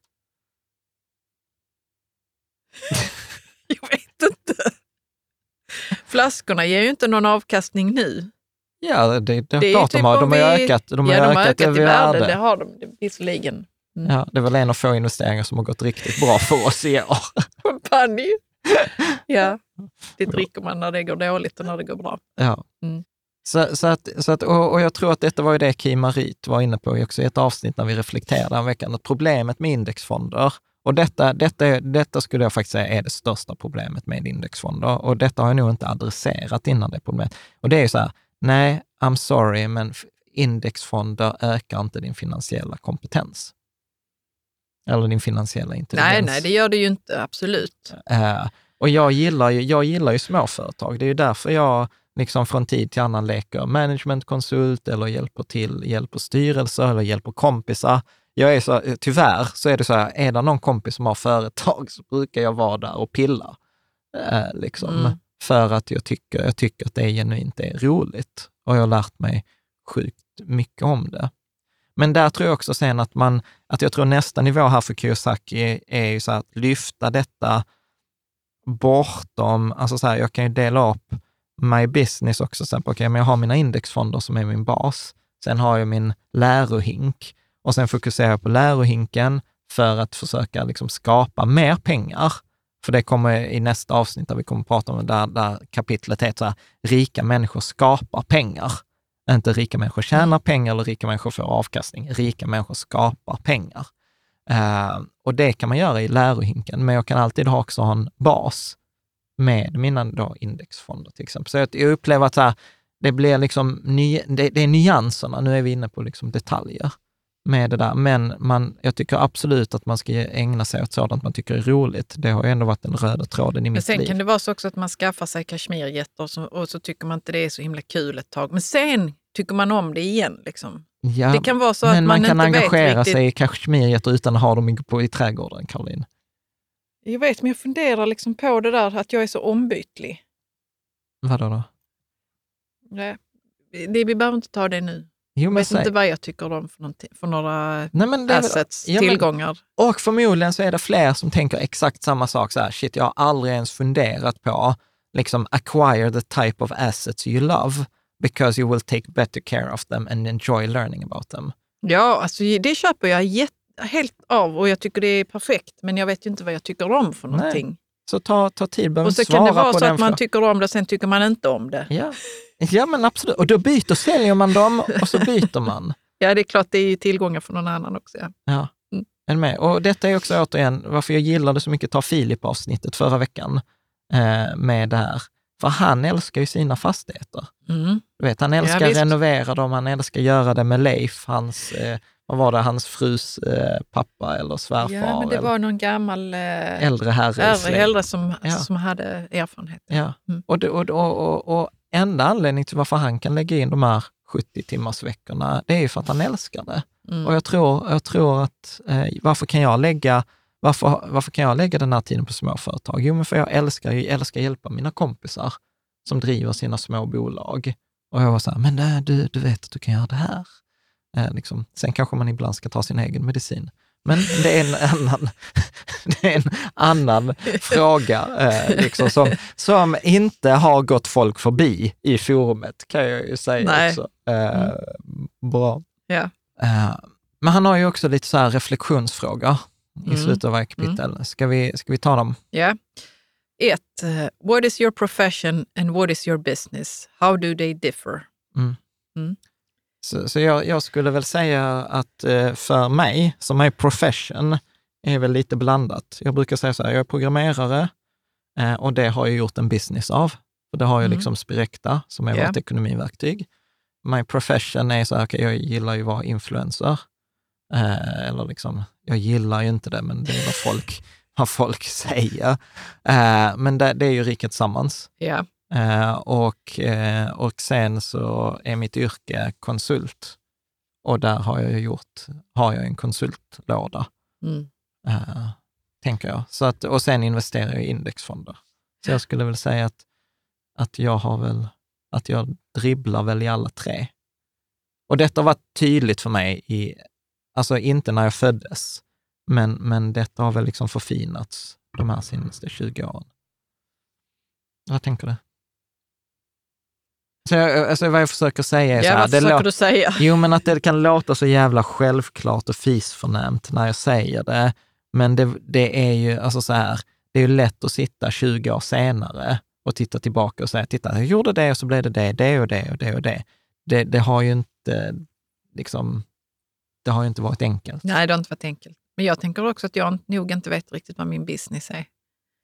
Jag vet inte. Flaskorna ger ju inte någon avkastning nu. Ja, det, det, det är klart typ de har. De har vi, ökat, de ja, har de har ökat, ökat i värde. Det har de visserligen. Mm. Ja, det är väl en av få investeringar som har gått riktigt bra för oss i år. Champagne. Ja, det dricker man när det går dåligt och när det går bra. Ja. Mm. Så, så att, så att, och, och jag tror att detta var ju det Kima Ryt var inne på också i ett avsnitt när vi reflekterade en vecka, att problemet med indexfonder, och detta, detta, detta skulle jag faktiskt säga är det största problemet med indexfonder, och detta har jag nog inte adresserat innan det problemet. Och det är ju så här, nej, I'm sorry, men indexfonder ökar inte din finansiella kompetens. Eller din finansiella intelligens. Nej, nej, det gör det ju inte, absolut. Uh, och jag gillar ju, jag gillar ju småföretag. Det är ju därför jag liksom från tid till annan leker managementkonsult eller hjälper till, hjälper styrelser eller hjälper kompisar. Jag är så, tyvärr så är det så här, är det någon kompis som har företag så brukar jag vara där och pilla. Uh, liksom, mm. För att jag tycker, jag tycker att det är genuint är roligt. Och jag har lärt mig sjukt mycket om det. Men där tror jag också sen att man, att jag tror nästa nivå här för Kiyosaki är, är ju så här att lyfta detta bortom, alltså så här, jag kan ju dela upp my business också, så här, okay, men jag har mina indexfonder som är min bas, sen har jag min lärohink och sen fokuserar jag på lärohinken för att försöka liksom skapa mer pengar, för det kommer i nästa avsnitt där vi kommer att prata om, där, där kapitlet heter så här, rika människor skapar pengar. Inte rika människor tjänar pengar eller rika människor får avkastning. Rika människor skapar pengar. Uh, och det kan man göra i lärohinken, men jag kan alltid ha också ha en bas med mina då indexfonder till exempel. Så jag, jag upplever att så här, det blir liksom ny, det, det är nyanserna, nu är vi inne på liksom detaljer med det där, men man, jag tycker absolut att man ska ägna sig åt sådant man tycker är roligt. Det har ju ändå varit den röda tråden i men mitt sen liv. Kan det vara så också att man skaffar sig kashmirjätter och så, och så tycker man inte det är så himla kul ett tag, men sen tycker man om det igen liksom. Ja, det kan vara så men att man, man kan inte engagera vet sig i kashmirjätter utan att ha dem på i trädgården, Caroline. Jag vet, men jag funderar liksom på det där att jag är så ombytlig. Vadå då? Nej, det, vi behöver inte ta det nu. Jo, jag vet säg. inte vad jag tycker om för, för några Nej, men det, assets, ja, men, tillgångar. och förmodligen så är det fler som tänker exakt samma sak. Så här, shit, jag har aldrig ens funderat på liksom acquire the type of assets you love because you will take better care of them and enjoy learning about them. Ja, alltså det köper jag jätte, helt av och jag tycker det är perfekt, men jag vet ju inte vad jag tycker om för någonting. Nej. Så ta, ta tid, behöver och så svara kan det vara på så den att man frågan. tycker om det och sen tycker man inte om det. Ja. Ja, men absolut. Och då byter, säljer man dem och så byter man. Ja, det är klart, det är ju tillgångar för någon annan också. Ja. Ja, mm. en med. Och detta är också återigen varför jag gillade så mycket Ta Filip-avsnittet förra veckan eh, med det här. För han älskar ju sina fastigheter. Mm. Du vet, han älskar ja, renovera dem, han älskar göra det med Leif, hans, eh, vad var det, hans frus eh, pappa eller svärfar. Ja, men det eller var någon gammal eh, äldre herre. äldre, äldre som, ja. som hade erfarenhet. Ja, mm. och, det, och, och, och, och enda anledningen till varför han kan lägga in de här sjuttio timmars veckorna, det är ju för att han älskar det. Mm. Och jag tror, jag tror att, eh, varför kan jag lägga varför, varför kan jag lägga den här tiden på småföretag? Jo, men för jag älskar, jag älskar hjälpa mina kompisar som driver sina små bolag. Och jag var så här, men nej, du, du vet att du kan göra det här. Eh, liksom. Sen kanske man ibland ska ta sin egen medicin. Men det är en annan, det är en annan fråga eh, liksom, som, som inte har gått folk förbi i forumet, kan jag ju säga. Nej. Också. Eh, mm. Bra. Ja. Eh, men han har ju också lite så här reflektionsfrågor mm. i slutet av varje kapitel. Mm. Ska vi, ska vi ta dem? Ja. Ett. Uh, what is your profession and what is your business? How do they differ? Mm. Mm. Så, så jag, jag skulle väl säga att eh, för mig, som är profession, är väl lite blandat. Jag brukar säga så här, jag är programmerare eh, och det har jag gjort en business av. För det har jag mm. liksom Spirecta, som är yeah. vårt ekonomiverktyg. My profession är så här, okay, jag gillar ju att vara influencer. Eh, eller liksom, jag gillar ju inte det, men det är vad folk, vad folk säger. Eh, men det, det är ju Rika Tillsammans. Yeah. Uh, och, uh, och sen så är mitt yrke konsult. Och där har jag gjort, har jag en konsultlåda, mm. uh, tänker jag. Så att, och sen investerar jag i indexfonder. Så jag skulle väl säga att, att jag har väl, att jag dribblar väl i alla tre. Och detta har varit tydligt för mig i, alltså inte när jag föddes, men, men detta har väl liksom förfinats de här senaste tjugo åren. Vad tänker du? Så jag, alltså vad jag försöker säga är ja, så här. vad försöker lå- du säga? Jo, men att det kan låta så jävla självklart och fisförnämt när jag säger det. Men det, det är ju alltså så här, det är ju lätt att sitta tjugo år senare och titta tillbaka och säga, titta, jag gjorde det och så blev det det, det och det och det och det. Det, det har ju inte liksom, det har ju inte varit enkelt. Nej, det har inte varit enkelt. Men jag tänker också att jag nog inte vet riktigt vad min business är.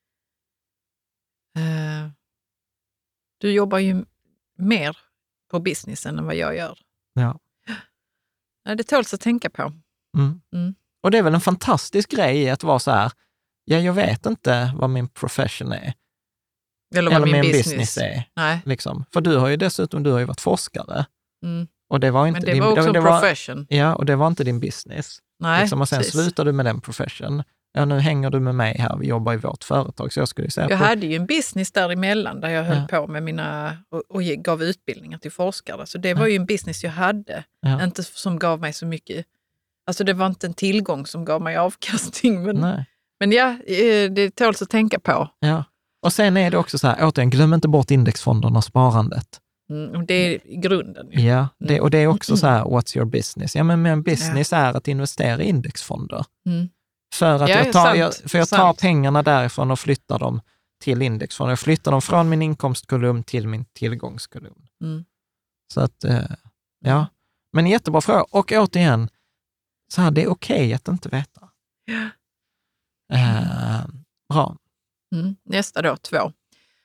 Uh, du jobbar ju mer på businessen än vad jag gör. Ja. Det tåls att tänka på. Mm. Mm. Och det är väl en fantastisk grej att vara så här, ja, jag vet inte vad min profession är. Eller vad Eller min, min business. business är. Nej. Liksom. För du har ju dessutom, du har ju varit forskare. Mm. Och det var inte Men det din, var också det, en det profession. Var, ja, och det var inte din business. Nej, liksom, och sen precis. slutar du med den profession. Ja, nu hänger du med mig här, vi jobbar i vårt företag. Så jag skulle säga jag på, hade ju en business däremellan där jag höll ja. på med mina och, och gav utbildningar till forskare. Så det var ja. ju en business jag hade, ja. inte som gav mig så mycket. Alltså det var inte en tillgång som gav mig avkastning. Men, Nej. men ja, det tåls att tänka på. Ja. Och sen är det också så här, återigen, glöm inte bort indexfonderna och sparandet. Mm, det är grunden. Ju. Ja, det, och det är också så här, what's your business? Ja, men min business ja. är att investera i indexfonder. Mm. För att ja, jag tar, sant, jag, för jag tar sant. pengarna därifrån och flyttar dem till indexfonder. Jag flyttar dem från min inkomstkolumn till min tillgångskolumn. Mm. Så att, ja. Men jättebra fråga. Och återigen, så här, det är okej okay att inte veta. Ja. Uh, bra. Mm. Nästa då, två.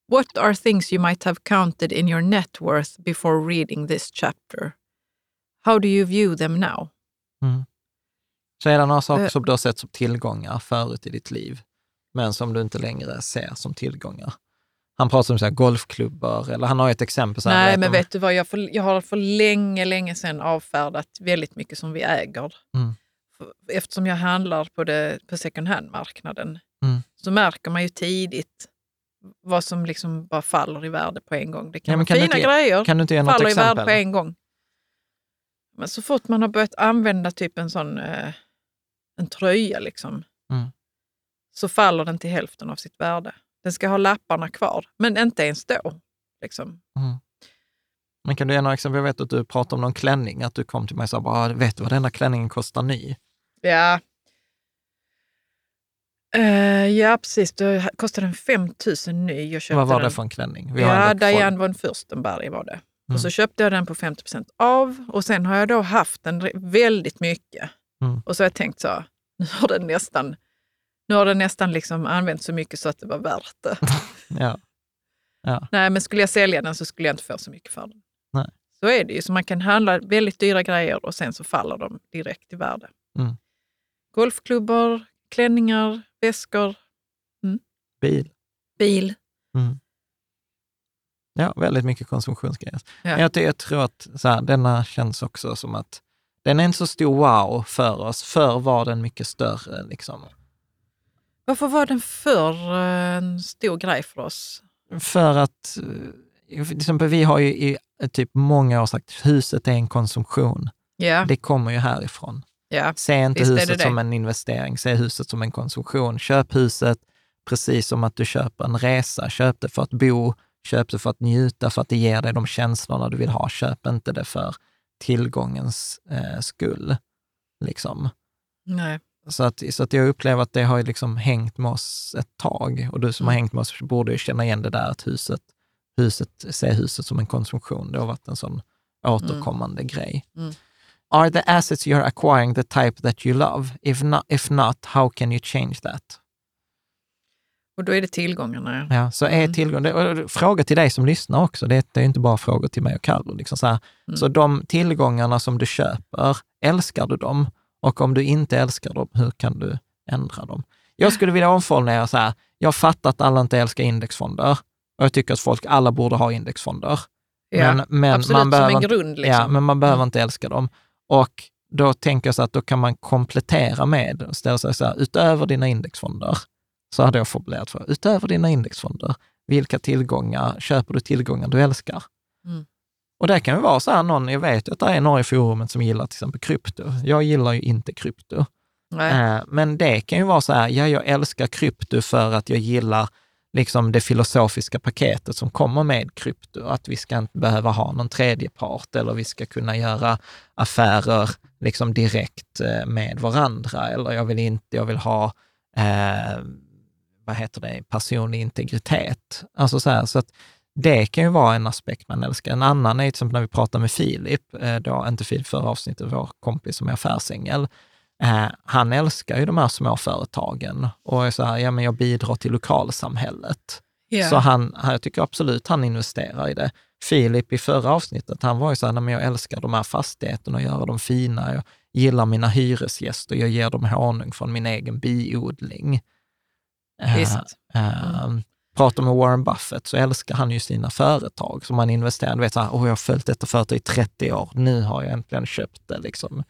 What are things you might have counted in your net worth before reading this chapter? How do you view them now? Mm. Så är det några saker Uh, som du har sett som tillgångar förut i ditt liv, men som du inte längre ser som tillgångar? Han pratar om så här golfklubbar, eller han har ett exempel. Så här, nej, vet men om, vet du vad? Jag, för, jag har för länge, länge sedan avfärdat väldigt mycket som vi äger. Mm. Eftersom jag handlar på, det, på second hand-marknaden Mm. så märker man ju tidigt vad som liksom bara faller i värde på en gång. Det kan Ja, vara kan fina du inte, grejer, kan du inte ge något faller i värde exempel? på en gång. Men så fort man har börjat använda typ en sån eh, en tröja liksom, Mm. så faller den till hälften av sitt värde. Den ska ha lapparna kvar, men inte ens då. Liksom. Mm. Men kan du ge några exempel? Jag vet att du pratade om någon klänning, att du kom till mig och sa, bara, vet du vad den där klänningen kostar ny? Ja, uh, ja precis. Det kostade en fem tusen ny. Jag köpte Vad var den. det för en klänning? Vi har Ja, ändå Diane folk- von Fürstenberg var det. Mm. Och så köpte jag den på femtio procent av och sen har jag då haft den väldigt mycket. Mm. Och så har jag tänkt så, nu har den nästan, nu har den nästan liksom använt så mycket så att det var värt det. ja. Ja. Nej, men skulle jag sälja den så skulle jag inte få så mycket för den. Nej. Så är det ju. Så man kan handla väldigt dyra grejer och sen så faller de direkt i värde. Mm. Golfklubbor, klänningar, väskor. Mm. Bil. Bil. Mm. Ja, väldigt mycket konsumtionsgrejer. Ja. Jag, jag tror att så här, denna känns också som att den är inte så stor wow för oss. Förr var den mycket större. Liksom. Varför var den för en stor grej för oss? För att till exempel, vi har ju i typ många år sagt att huset är en konsumtion. Ja. Det kommer ju härifrån. Ja. Se inte Visst är huset det det. som en investering, se huset som en konsumtion. Köp huset precis som att du köper en resa. Köp det för att bo, köp det för att njuta, för att det ger dig de känslorna du vill ha. Köp inte det för tillgångens eh, skull. Liksom. Nej. Så att, så att jag upplever att det har ju liksom hängt med oss ett tag. Och du som Mm. har hängt med oss borde ju känna igen det där att huset, huset ser huset som en konsumtion. Det har varit en sån återkommande mm. grej. Mm. Are the assets you're acquiring the type that you love? If not, if not, how can you change that? Och då är det tillgångarna. Ja, så är Mm. tillgång, det, och fråga till dig som lyssnar också, det, det är inte bara frågor till mig och Carro. Liksom så här. Mm. Så de tillgångarna som du köper, älskar du dem? Och om du inte älskar dem, hur kan du ändra dem? Jag skulle vilja omformulera så här, jag fattar att alla inte älskar indexfonder. Och jag tycker att folk, alla borde ha indexfonder. Ja, men, men absolut, man behöver, som en grund. Liksom. Ja, men man behöver Mm. inte älska dem. Och då tänker jag så att då kan man komplettera med och ställa sig så här, utöver dina indexfonder, så hade jag formulerat för, utöver dina indexfonder, vilka tillgångar, köper du tillgångar du älskar? Mm. Och det kan ju vara så här, någon, jag vet att det är några i forumet som gillar till exempel krypto. Jag gillar ju inte krypto. Nej. Eh, men det kan ju vara så här, ja, jag älskar krypto för att jag gillar liksom det filosofiska paketet som kommer med krypto. Att vi ska inte behöva ha någon tredje part eller vi ska kunna göra affärer liksom direkt eh, med varandra. Eller jag vill inte, jag vill ha eh, vad heter det, personlig integritet. Alltså så här, så att det kan ju vara en aspekt man älskar. En annan är till exempel när vi pratar med Filip, eh, då, inte Filip förra avsnittet, vår kompis som är affärsängel. Eh, han älskar ju de här små företagen och är så här, ja men jag bidrar till lokalsamhället. Yeah. Så han, jag tycker absolut han investerar i det. Filip i förra avsnittet, han var ju så här, men jag älskar de här fastigheterna och gör dem fina. Jag gillar mina hyresgäster, jag ger dem honung från min egen biodling. Visst. Eh, mm. Pratar med Warren Buffett så älskar han ju sina företag som han investerar. Du vet så här, oh, jag har följt detta företag i trettio år, nu har jag äntligen köpt det liksom.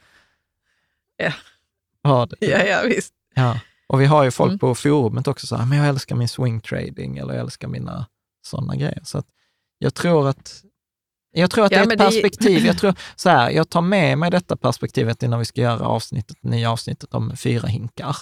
Ja. Ja, det, ja, ja, visst. Ja. Och vi har ju folk Mm. på forumet också så här, men jag älskar min swing trading eller jag älskar mina sådana grejer. Så att jag tror att jag tror att Ja, det är men ett det- perspektiv. Jag tror så här, jag tar med mig detta perspektivet innan vi ska göra avsnittet, nya avsnittet om fyra hinkar.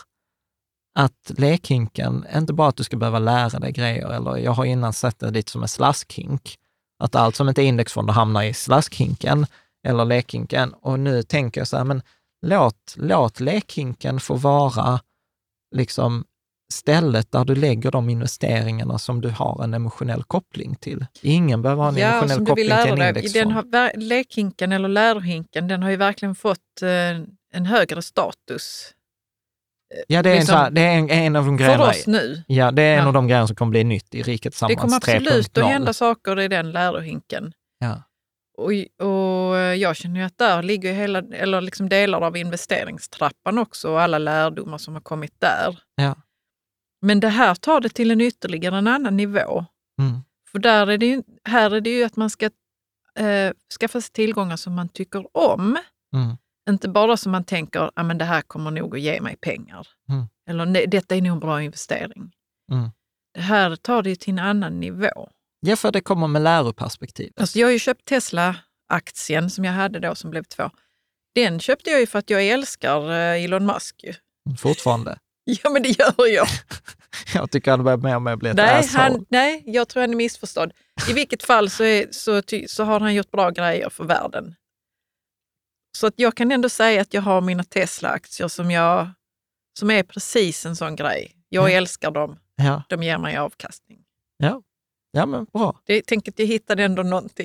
Att lekhinken, inte bara att du ska behöva lära dig grejer, eller jag har innan sett det lite som en slaskhink. Att allt som inte är indexfonder hamnar i slaskhinken eller lekhinken. Och nu tänker jag så här, men låt, låt lekhinken få vara liksom stället där du lägger de investeringarna som du har en emotionell koppling till. Ingen behöver ha en Ja, och emotionell som du vill koppling till en lära dig. indexfond. Den har, ver- lekhinken eller lärohinken, den har ju verkligen fått eh, en högre status Ja, det är, liksom, en, så här, det är en, en av de grejerna. För oss nu. Ja, det är en ja. av de grejerna som kommer bli nytt i Riket Tillsammans Det kommer absolut att hända tre punkt noll. saker i den lärohinken. Ja. Och, och jag känner ju att där ligger hela, eller liksom delar av investeringstrappan också och alla lärdomar som har kommit där. Ja. Men det här tar det till en ytterligare en annan nivå. Mm. För där är det ju, här är det ju att man ska eh, skaffa sig tillgångar som man tycker om. Mm. Inte bara som man tänker, ah, men det här kommer nog att ge mig pengar. Mm. Eller nej, detta är nog en bra investering. Mm. Det här tar det ju till en annan nivå. Ja, för det kommer med läroperspektiv. Alltså jag har ju köpt Tesla-aktien som jag hade då som blev två. Den köpte jag ju för att jag älskar Elon Musk. Ju. Fortfarande. Ja, men det gör jag. Jag tycker han börjar mer och mer bli ett nej, asshole. han, nej, jag tror han är missförstådd. I vilket fall så, är, så, ty, så har han gjort bra grejer för världen. Så att jag kan ändå säga att jag har mina Tesla-aktier som, jag, som är precis en sån grej. Jag ja. älskar dem. Ja. De ger mig avkastning. Ja, ja men bra. Jag tänker att jag hittade ändå någonting.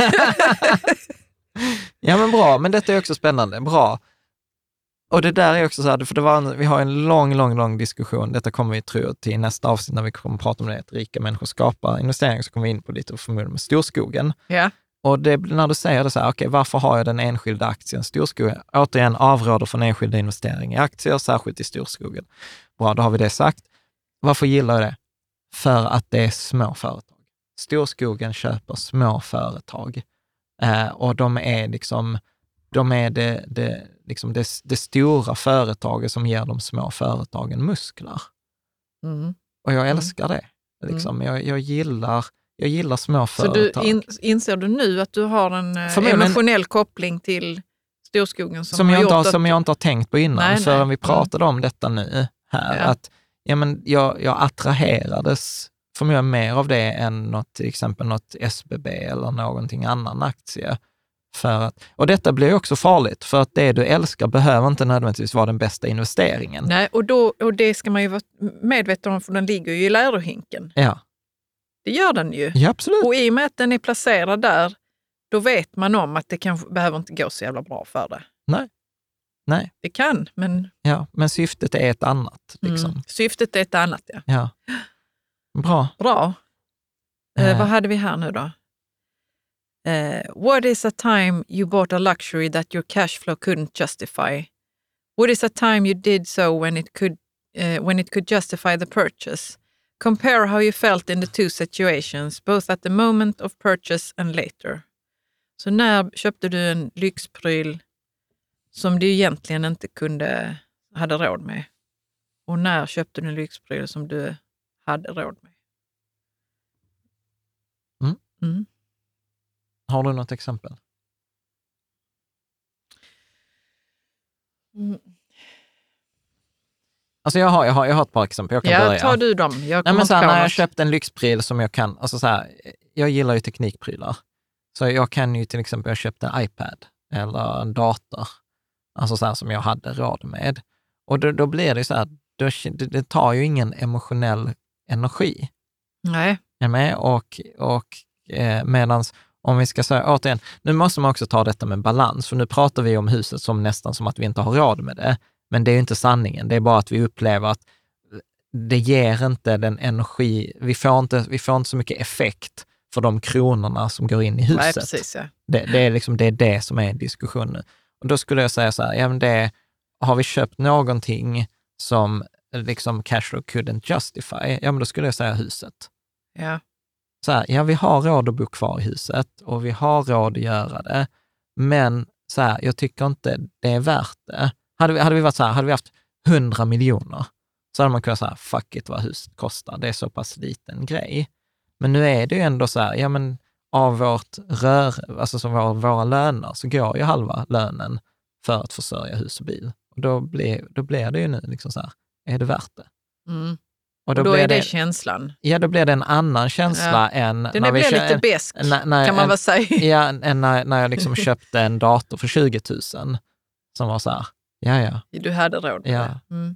Ja, men bra. Men detta är också spännande. Bra. Och det där är också så här, för det var en, vi har en lång, lång, lång diskussion. Detta kommer vi tro till nästa avsnitt när vi kommer att prata om det, att rika människor skapar investeringar, så kommer vi in på lite förmodligen med storskogen. Ja. Och det, när du säger det så här, okej, okay, varför har jag den enskilda aktien storskogen? Återigen, avråder från enskilda investeringar i aktier, särskilt i storskogen. Bra, då har vi det sagt. Varför gillar jag det? För att det är små företag. Storskogen köper små företag. Eh, och de är liksom, de är det, det, liksom det, det stora företaget som ger de små företagen muskler. Mm. Och jag älskar det. Liksom. Mm. Jag, jag, gillar, jag gillar små så företag. Så in, inser du nu att du har en emotionell men, koppling till storskogen som, som, har jag gjort inte har, att... som jag inte har tänkt på innan, nej, förrän nej. vi pratade mm. om detta nu här. Ja. Att ja, men jag, jag attraherades förmodligen mer av det än något, till exempel något S B B eller någonting annan aktie. För att, och detta blir också farligt, för att det du älskar behöver inte nödvändigtvis vara den bästa investeringen. Nej, och, då, och det ska man ju vara medveten om, för den ligger ju i lärohinken. Ja. Det gör den ju. Ja, absolut. Och i och med att den är placerad där, då vet man om att det kanske behöver inte gå så jävla bra för det. Nej. Nej. Det kan, men... Ja, men syftet är ett annat. Liksom. Mm. Syftet är ett annat, ja. Ja. Bra. Bra. Eh. Eh, vad hade vi här nu då? Uh, what is a time you bought a luxury that your cash flow couldn't justify? What is a time you did so when it could uh, when it could justify the purchase? Compare how you felt in the two situations, both at the moment of purchase and later. Så när köpte du en lyxpryl som du egentligen inte kunde, hade råd med? Och när köpte du en lyxpryl som du hade råd med? Mm. Mm. Har du något exempel? Mm. Alltså jag har, jag, har, jag har ett par exempel. Jag kan ja, börja. tar du dem. Jag Nej, men så här, när jag något. köpt en lyxpryl som jag kan, alltså så här, jag gillar ju teknikprylar. Så jag kan ju till exempel, jag köpte en iPad eller en dator, alltså så här som jag hade råd med. Och då, då blir det så här, då, det, det tar ju ingen emotionell energi. Nej. Jag med, och, och eh, medans om vi ska säga, återigen, nu måste man också ta detta med balans, för nu pratar vi om huset som nästan som att vi inte har råd med det, men det är ju inte sanningen, det är bara att vi upplever att det ger inte den energi, vi får inte, vi får inte så mycket effekt för de kronorna som går in i huset. Nej, precis, ja. det, det, är liksom, det är det som är diskussionen. Och då skulle jag säga så här, ja, men det, har vi köpt någonting som liksom cash flow couldn't justify, ja men då skulle jag säga huset. Ja. Så här, ja, vi har råd att bo kvar i huset och vi har råd att göra det, men så här, jag tycker inte det är värt det. Hade vi, hade vi varit så här, hade vi haft hundra miljoner så hade man kunnat säga, fuck it vad huset kostar, det är så pass liten grej. Men nu är det ju ändå så här, ja men av vårt rör, alltså som våra, våra löner så går ju halva lönen för att försörja hus och bil. Och då blir, då blir det ju nu liksom så här, är det värt det? Mm. Och då, och då blir är det, det känslan. Ja, då blir det en annan känsla ja. än... Den när blir vi, lite besk, när, när, kan man en, väl säga. Ja, än när, när jag liksom köpte en dator för tjugo tusen som var så här, ja, ja. Du hade råd med ja. det. Mm.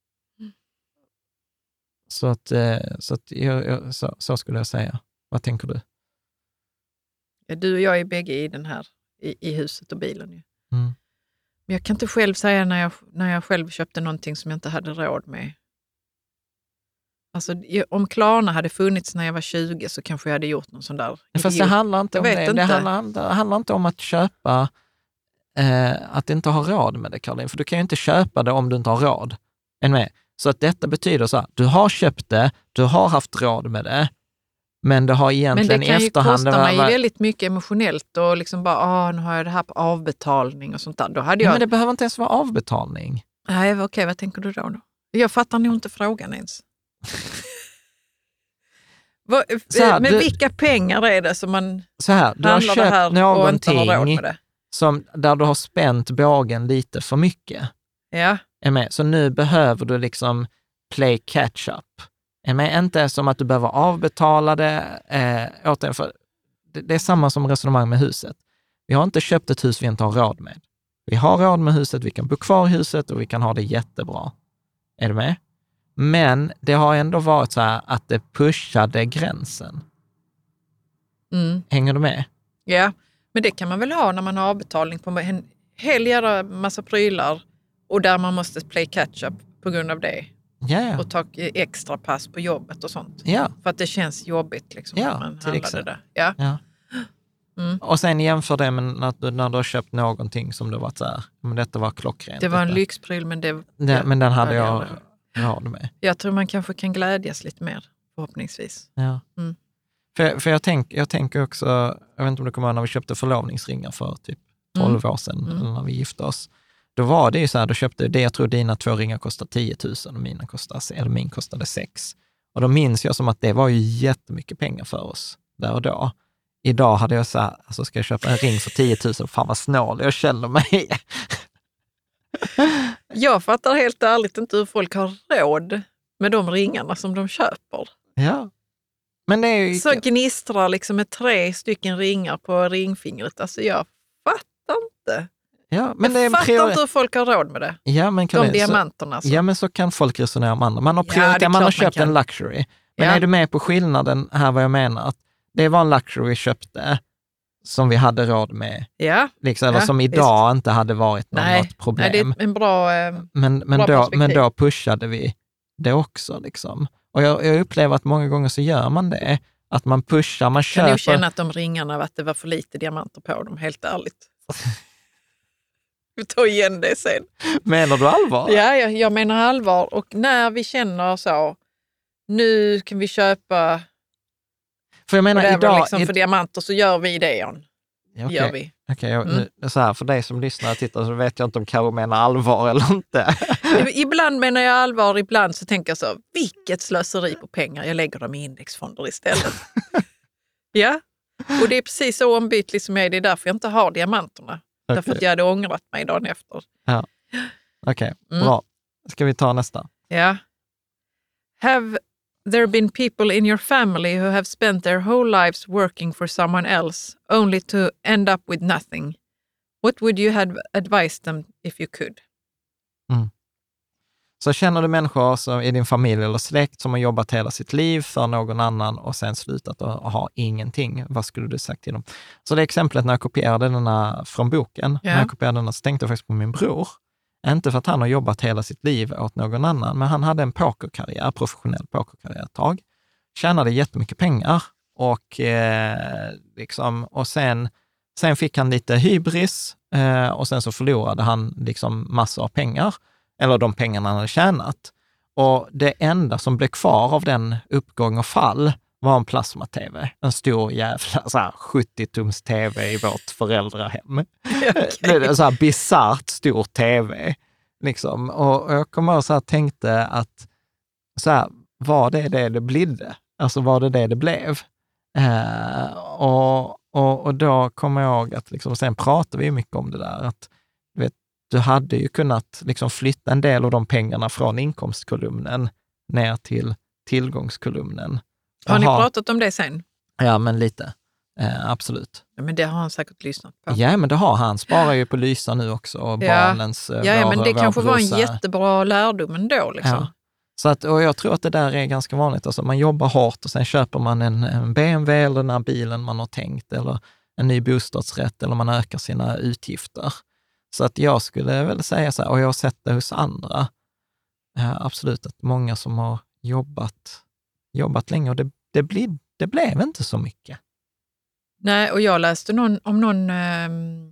Så, att, så, att, jag, så, så skulle jag säga. Vad tänker du? Ja, du och jag är bägge i den här, i, i huset och bilen. Ju. Mm. Men jag kan inte själv säga när jag, när jag själv köpte någonting som jag inte hade råd med. Alltså om Klarna hade funnits när jag var tjugo så kanske jag hade gjort någon sån där. Fast det handlar inte om jag det. vet inte. Det handlar, det handlar inte om att köpa, eh, att inte ha råd med det, Caroline. För du kan ju inte köpa det om du inte har råd. Än med. Så att detta betyder så här, du har köpt det, du har haft råd med det, men det har egentligen i efterhand... Men det kan ju kosta var, mig väldigt mycket emotionellt och liksom bara, ah, nu har jag det här på avbetalning och sånt där. Då hade jag... Ja, men det behöver inte ens vara avbetalning. Nej, okej, okay, vad tänker du då, då? Jag fattar nog inte frågan ens. Vad, här, men du, vilka pengar är det som man så här, du har köpt någonting det? Som, där du har spänt bågen lite för mycket. Ja. Är med? Så nu behöver du liksom play catch up. Är med? Inte som att du behöver avbetala det. Eh, återigen, för det, det är samma som resonemang med huset. Vi har inte köpt ett hus vi inte har råd med. Vi har råd med huset, vi kan bo kvar i huset och vi kan ha det jättebra. Är du med? Men det har ändå varit så här att det pushade gränsen. Mm. Hänger du med? Ja, men det kan man väl ha när man har avbetalning på en hel jävla massa prylar och där man måste play catch up på grund av det. Yeah. Och ta extra pass på jobbet och sånt. Yeah. För att det känns jobbigt liksom. Ja, när man till exempel. det. Ja. Ja. Mm. Och sen jämför det med när du, när du har köpt någonting som det var så här, men detta var klockrent. Det var en detta. lyxpryl, men det... det ja, men den hade jag råd med. Jag tror man kanske kan glädjas lite mer, förhoppningsvis. Ja. Mm. För, för jag, tänk, jag tänker också, jag vet inte om du kommer ihåg när vi köpte förlovningsringar för typ tolv mm. år sedan, mm. eller när vi gifte oss. Då var det ju så här, då köpte det, jag tror dina två ringar kostade tio tusen och mina kostade, eller min kostade sex. Och då minns jag som att det var ju jättemycket pengar för oss där och då. Idag hade jag så här, alltså ska jag köpa en ring för tio tusen, fan vad snål jag känner mig. Jag fattar helt ärligt inte hur folk har råd med de ringarna som de köper. Ja. Men det är ju... Så gnistrar liksom med tre stycken ringar på ringfingret. Alltså jag fattar inte. Ja, men jag det är fattar priori... inte hur folk har råd med det. Ja, men de det, diamanterna. Så, alltså. ja, men så kan folk resonera om andra. Man har, prioriterat, ja, man har köpt man en luxury. Men ja. Är du med på skillnaden här vad jag menar? Att det var en luxury vi köpte som vi hade råd med. Ja. Liksom, eller ja, som idag visst. Inte hade varit något Nej. problem. Nej, det är en bra eh, men, men, bra då, men då pushade vi det också. Liksom. Och jag, jag upplever att många gånger så gör man det. Att man pushar, man köper... Jag kan nog känna att de ringarna, att det var för lite diamanter på dem, helt ärligt. Vi tar igen det sen. Menar du allvar? Ja, jag, jag menar allvar. Och när vi känner så, nu kan vi köpa för, jag menar, idag, liksom för i... diamanter, så gör vi det, Jan. Okay. Gör vi. Okej, okay, mm. så här, för dig som lyssnar och tittar så vet jag inte om Karo menar allvar eller inte. Ibland menar jag allvar, ibland så tänker jag så, vilket slöseri på pengar, jag lägger dem i indexfonder istället. Ja, och det är precis så ombytligt som jag är, det är därför jag inte har diamanterna. Okay. Därför att jag hade ångrat mig dagen efter. Ja. Okej, okay, mm. bra. Ska vi ta nästa? Ja. Have there been people in your family who have spent their whole lives working for someone else only to end up with nothing? What would you have advised them if you could? Mm. Så känner du människor som i din familj eller släkt som har jobbat hela sitt liv för någon annan och sen slutat att ha ingenting, vad skulle du sagt till dem? Så det exemplet när jag kopierade denna från boken, yeah. när jag kopierade denna så tänkte jag faktiskt på min bror. Inte för att han har jobbat hela sitt liv åt någon annan, men han hade en pokerkarriär, professionell pokerkarriär ett tag. Tjänade jättemycket pengar och, eh, liksom, och sen, sen fick han lite hybris eh, och sen så förlorade han liksom massor av pengar, eller de pengarna han hade tjänat. Och det enda som blev kvar av den uppgång och fall var en plasma-tv. En stor jävla så här, sjuttio-tums tv i vårt föräldrahem. Okay. Det är så här bizarrt stor tv. Liksom. Och jag kommer ihåg så här, tänkte att så här, var det det det blidde? Alltså var det det det blev? Eh, och, och, och då kommer jag ihåg att liksom, sen pratade vi mycket om det där. Att vet, du hade ju kunnat liksom, flytta en del av de pengarna från inkomstkolumnen ner till tillgångskolumnen. Har ni pratat om det sen? Ja, men lite. Eh, absolut. Ja, men det har han säkert lyssnat på. Ja, men det har han. Sparar ju på Lysa nu också. Och ja. barnens... Ja, ja vår, men det kanske blosa. var en jättebra lärdom ändå. Liksom. Ja. Så att, och jag tror att det där är ganska vanligt. Alltså, man jobbar hårt och sen köper man en, en B M W eller den här bilen man har tänkt. Eller en ny bostadsrätt. Eller man ökar sina utgifter. Så att jag skulle väl säga så här, och jag har sett det hos andra, eh, absolut att många som har jobbat, jobbat länge och det, det, blir, det blev inte så mycket. Nej, och jag läste någon, om någon eh,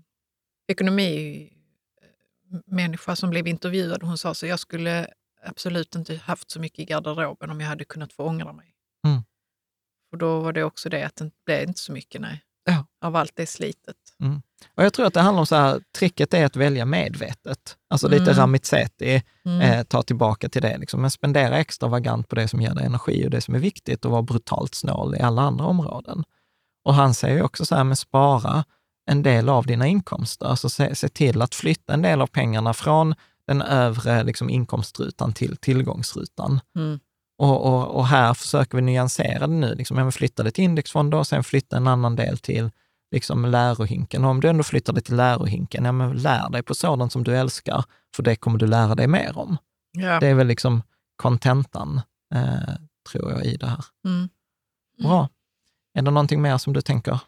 ekonomimänniska som blev intervjuad. Hon sa så jag skulle absolut inte haft så mycket i garderoben om jag hade kunnat få ångra mig. Mm. Och då var det också det att det blev inte så mycket, nej. Ja. Av allt det slitet. Mm. Och jag tror att det handlar om så här, tricket är att välja medvetet. Alltså lite Mm. Ramizeti, Mm. eh, ta tillbaka till det. Liksom. Men spendera extravagant på det som ger dig energi och det som är viktigt och vara brutalt snål i alla andra områden. Och han säger ju också så här, med spara en del av dina inkomster. Alltså se, se till att flytta en del av pengarna från den övre liksom, inkomstrutan till tillgångsrutan. Mm. Och, och, och här försöker vi nyansera det nu. Liksom, jag flyttar det till indexfonder och sen flytta en annan del till liksom, lärohinken. Och om du ändå flyttar det till lärohinken, ja, men lär dig på sådant som du älskar, för det kommer du lära dig mer om. Ja. Det är väl liksom kontentan, eh, tror jag, i det här. Mm. Bra. Är det någonting mer som du tänker?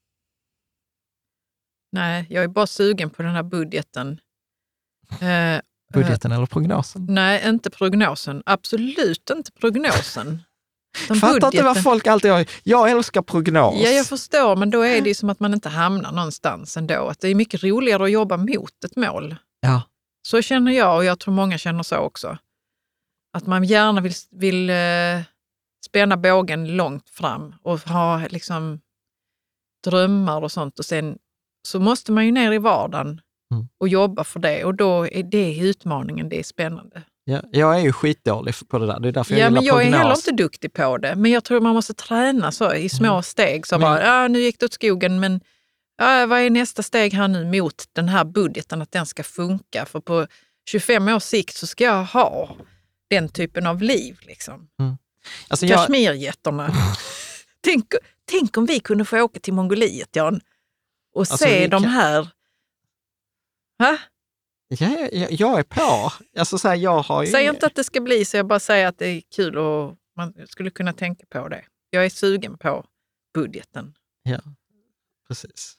Nej, jag är bara sugen på den här budgeten. Eh, Budgeten eller prognosen? Nej, inte prognosen. Absolut inte prognosen. Fattar inte vad folk alltid har. Jag älskar prognos. Ja, jag förstår, men då är det ju som att man inte hamnar någonstans ändå. Att det är mycket roligare att jobba mot ett mål. Ja. Så känner jag, och jag tror många känner så också. Att man gärna vill, vill eh, spänna bågen långt fram och ha liksom drömmar och sånt. Och sen så måste man ju ner i vardagen mm. och jobba för det. Och då är det utmaningen, det är spännande. Ja, jag är ju skitdålig på det där. Det är därför jag ja, gillar men jag prognos. är heller inte duktig på det. Men jag tror man måste träna så i små mm. steg. Så men... bara, ja, nu gick det åt skogen, men ja, vad är nästa steg här nu mot den här budgeten, att den ska funka? För på tjugofem års sikt så ska jag ha den typen av liv. Liksom. Mm. Alltså jag... Kashmirjätterna. tänk, tänk om vi kunde få åka till Mongoliet, Jan, och alltså, se de kan... här... Va? Ja, jag, jag är på. Alltså, så här, jag har ju... Säg inte att det ska bli så, jag bara säger att det är kul och man skulle kunna tänka på det. Jag är sugen på budgeten. Ja, precis.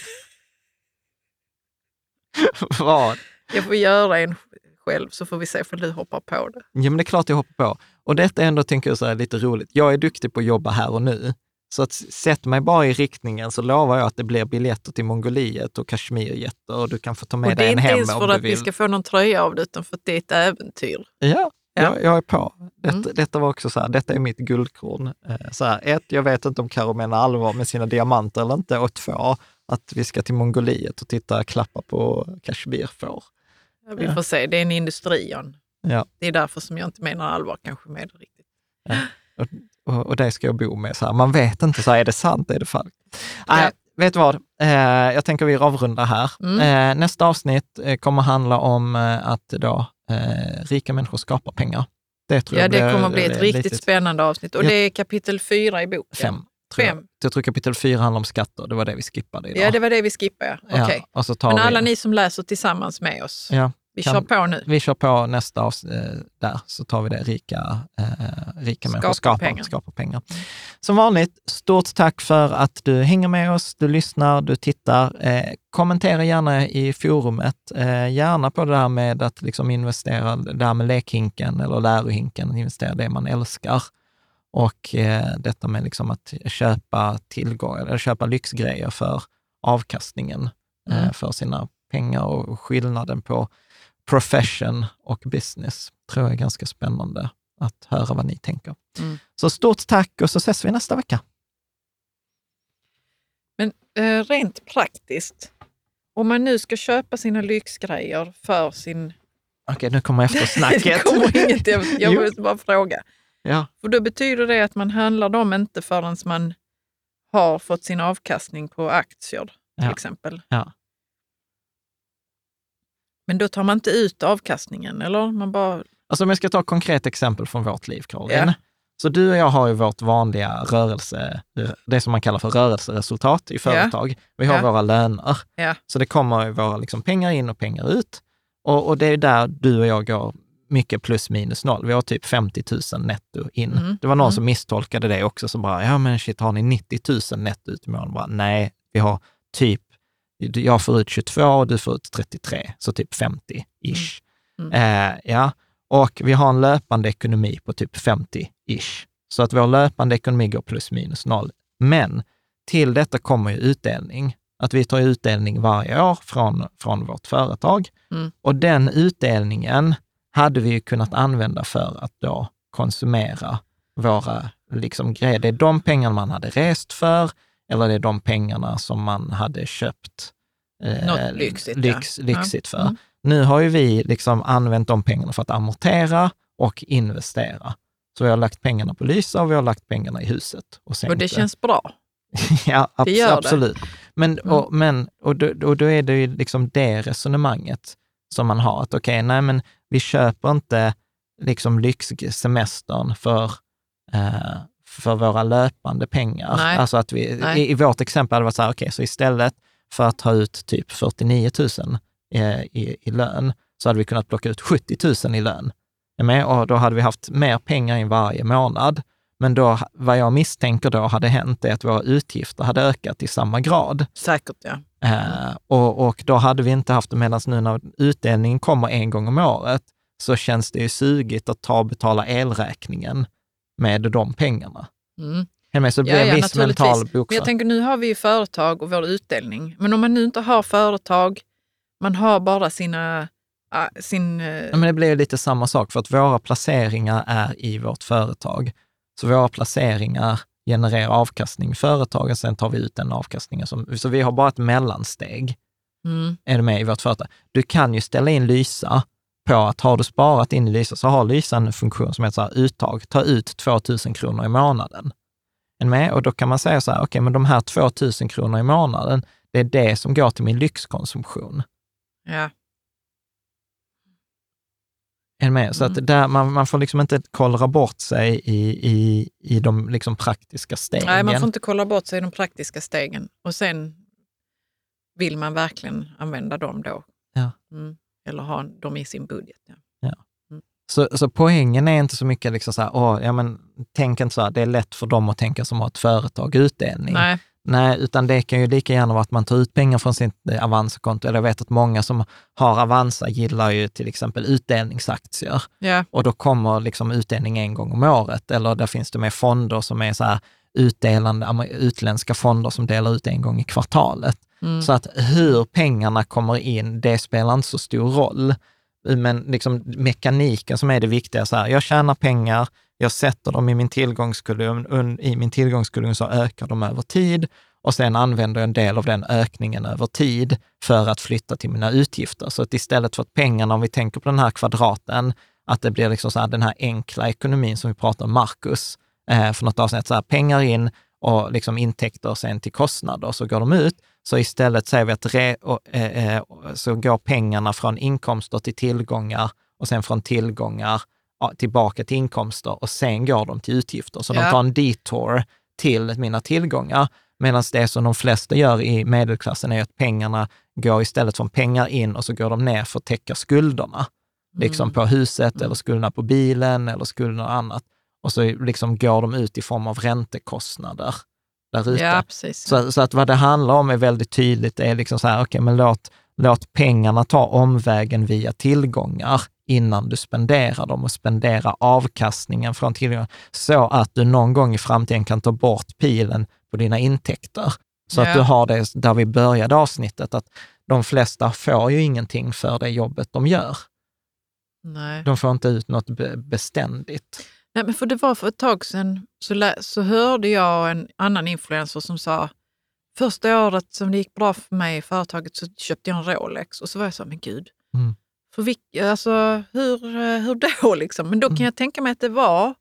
Vad? Jag får göra en själv så får vi se för du hoppar på det. Ja, men det är klart jag hoppar på. Och detta är ändå, tänker jag, så här, lite roligt. Jag är duktig på att jobba här och nu. Så att sätt mig bara i riktningen så lovar jag att det blir biljetter till Mongoliet och Kashmirjätter och du kan få ta med dig en hem om du vill. Och det är inte ens för att vi ska få någon tröja av det, utan för att det är ett äventyr. Ja, ja. Jag, jag är på. Detta, mm. detta var också så här, detta är mitt guldkorn. Så här, ett, jag vet inte om Karo menar allvar med sina diamanter eller inte. Och två, att vi ska till Mongoliet och titta klappa på Kashmirfår. Ja, vi får ja. se, det är en industri, Jan. Ja. Det är därför som jag inte menar allvar kanske med det riktigt. Ja. Och, och, och det ska jag bo med. Så här. Man vet inte, så här, är det sant, är det falskt? Ja. Äh, vet du vad? Eh, jag tänker vi avrundar här. Mm. Eh, nästa avsnitt eh, kommer handla om eh, att då, eh, rika människor skapar pengar. Det tror ja, jag det blir, kommer att bli ett riktigt litet... spännande avsnitt. Och ja. det är kapitel fyra i boken. Fem. Tror Fem. Jag. jag tror kapitel fyra handlar om skatter. Det var det vi skippade idag. Ja, det var det vi skippade. Ja. Okay. Ja, och så tar Men alla vi... ni som läser tillsammans med oss. Ja. Vi kan, kör på nu. Vi kör på nästa avsnitt eh, där, så tar vi det rika, eh, rika människor skapar pengar. skapar pengar. Som vanligt, stort tack för att du hänger med oss, du lyssnar, du tittar. Eh, kommentera gärna i forumet, eh, gärna på det där med att liksom investera, det där med lekhinken eller lärohinken, investera det man älskar. Och eh, detta med liksom att köpa tillgångar, eller köpa lyxgrejer för avkastningen mm. eh, för sina pengar, och skillnaden på profession och business tror jag är ganska spännande att höra vad ni tänker. Mm. Så stort tack och så ses vi nästa vecka. Men eh, rent praktiskt, om man nu ska köpa sina lyxgrejer för sin... Okej, nu kommer eftersnacket. Det kommer inget, jag, jag måste bara fråga. Ja. För då betyder det att man handlar dem inte förrän man har fått sin avkastning på aktier till ja. exempel. Ja. Men då tar man inte ut avkastningen, eller? Man bara... Alltså om jag ska ta ett konkret exempel från vårt liv, Caroline. Ja. Så du och jag har ju vårt vanliga rörelse, det som man kallar för rörelseresultat i företag. Ja. Vi har ja. våra löner. Ja. Så det kommer ju våra liksom pengar in och pengar ut. Och, och det är där du och jag går mycket plus minus noll. Vi har typ femtio tusen netto in. Mm. Det var någon mm. som misstolkade det också, som bara, ja men shit, har ni nittio tusen netto ut i månaden? Bara, nej, vi har typ jag får ut tjugotvå och du får ut trettiotre, så typ femtio-ish. Mm. Mm. Eh, ja. Och vi har en löpande ekonomi på typ femtio-ish. Så att vår löpande ekonomi går plus minus noll. Men till detta kommer ju utdelning. Att vi tar utdelning varje år från, från vårt företag. Mm. Och den utdelningen hade vi ju kunnat använda för att då konsumera våra liksom, grejer. Det är de pengarna man hade rest för, eller det är de pengarna som man hade köpt eh, något lyxigt, lyx, ja. lyxigt för. Mm. Nu har ju vi liksom använt de pengarna för att amortera och investera. Så vi har lagt pengarna på Lysa och vi har lagt pengarna i huset. Och, och det känns bra. Ja, abs- det absolut. Det. Men, mm. och, men, och, då, och då är det ju liksom det resonemanget som man har. Att okej, okay, nej men vi köper inte liksom lyxsemestern för, eh, för våra löpande pengar. Nej. Alltså att vi, i, i vårt exempel hade det varit så här, okej, okay, så istället för att ta ut typ fyrtionio tusen i, i, i lön, så hade vi kunnat plocka ut sjuttio tusen i lön. Med, och då hade vi haft mer pengar i varje månad. Men då, vad jag misstänker då hade hänt är att våra utgifter hade ökat i samma grad. Säkert, ja. Eh, och, och då hade vi inte haft det, medan nu när utdelningen kommer en gång om året så känns det ju sugigt att ta och betala elräkningen med de pengarna. Mm. Men så blir det en viss mental bokföring. Men jag tänker, nu har vi ju företag och vår utdelning. Men om man nu inte har företag, man har bara sina... Sin, ja, men det blir ju lite samma sak, för att våra placeringar är i vårt företag. Så våra placeringar genererar avkastning i företaget, sen tar vi ut den avkastningen. Som, så vi har bara ett mellansteg. Mm. Är det med i vårt företag? Du kan ju ställa in Lysa på att har du sparat in i Lysa, så har Lysa en funktion som heter så här, uttag. Ta ut tvåtusen kronor i månaden. Är med? Och då kan man säga så här, okej, okay, men de här tvåtusen kronor i månaden, det är det som går till min lyxkonsumtion. Ja. Med. Så mm. att där, man, man får liksom inte kollra bort sig i, i, i de liksom praktiska stegen. Nej, man får inte kolla bort sig i de praktiska stegen. Och sen vill man verkligen använda dem då. Ja. Mm. Eller ha dem i sin budget. Ja. Ja. Mm. Så, så poängen är inte så mycket liksom så här, åh, ja, men, tänk inte så här, det är lätt för dem att tänka som har ett företag utdelning. Nej. Nej, utan det kan ju lika gärna vara att man tar ut pengar från sitt Avanza-konto. Eller jag vet att många som har Avanza gillar ju till exempel utdelningsaktier. Yeah. Och då kommer liksom utdelning en gång om året. Eller där finns det med fonder som är så här utdelande, utländska fonder som delar ut en gång i kvartalet. Mm. Så att hur pengarna kommer in, det spelar inte så stor roll. Men liksom mekaniken som är det viktiga, så här, jag tjänar pengar, jag sätter dem i min tillgångskolumn, i min tillgångskolumn så ökar de över tid och sen använder jag en del av den ökningen över tid för att flytta till mina utgifter. Så att istället för att pengarna, om vi tänker på den här kvadraten, att det blir liksom så här, den här enkla ekonomin som vi pratar om Marcus eh, för något avsnitt, så här, pengar in och liksom intäkter sen till kostnader, så går de ut. Så istället säger vi att re, och, eh, så går pengarna från inkomster till tillgångar och sen från tillgångar tillbaka till inkomster och sen går de till utgifter. Så ja. De tar en detour till mina tillgångar, medan det som de flesta gör i medelklassen är att pengarna går istället från pengar in och så går de ner för att täcka skulderna. Mm. Liksom på huset mm. eller skulderna på bilen eller skulderna annat. Och så liksom går de ut i form av räntekostnader där ute. Ja, precis. Så, så att vad det handlar om är väldigt tydligt. Det är liksom så här, okej, okay, men låt, låt pengarna ta omvägen via tillgångar innan du spenderar dem och spendera avkastningen från tillgångar så att du någon gång i framtiden kan ta bort pilen på dina intäkter. Så yeah. att du har det där vi började avsnittet, att de flesta får ju ingenting för det jobbet de gör. Nej. De får inte ut något be- beständigt. Nej, men för det var för ett tag sedan så, lä- så hörde jag en annan influencer som sa, första året som det gick bra för mig i företaget så köpte jag en Rolex och så var jag så, men gud, mm. för vilka, alltså, hur, hur då liksom? Men då kan mm. jag tänka mig att det var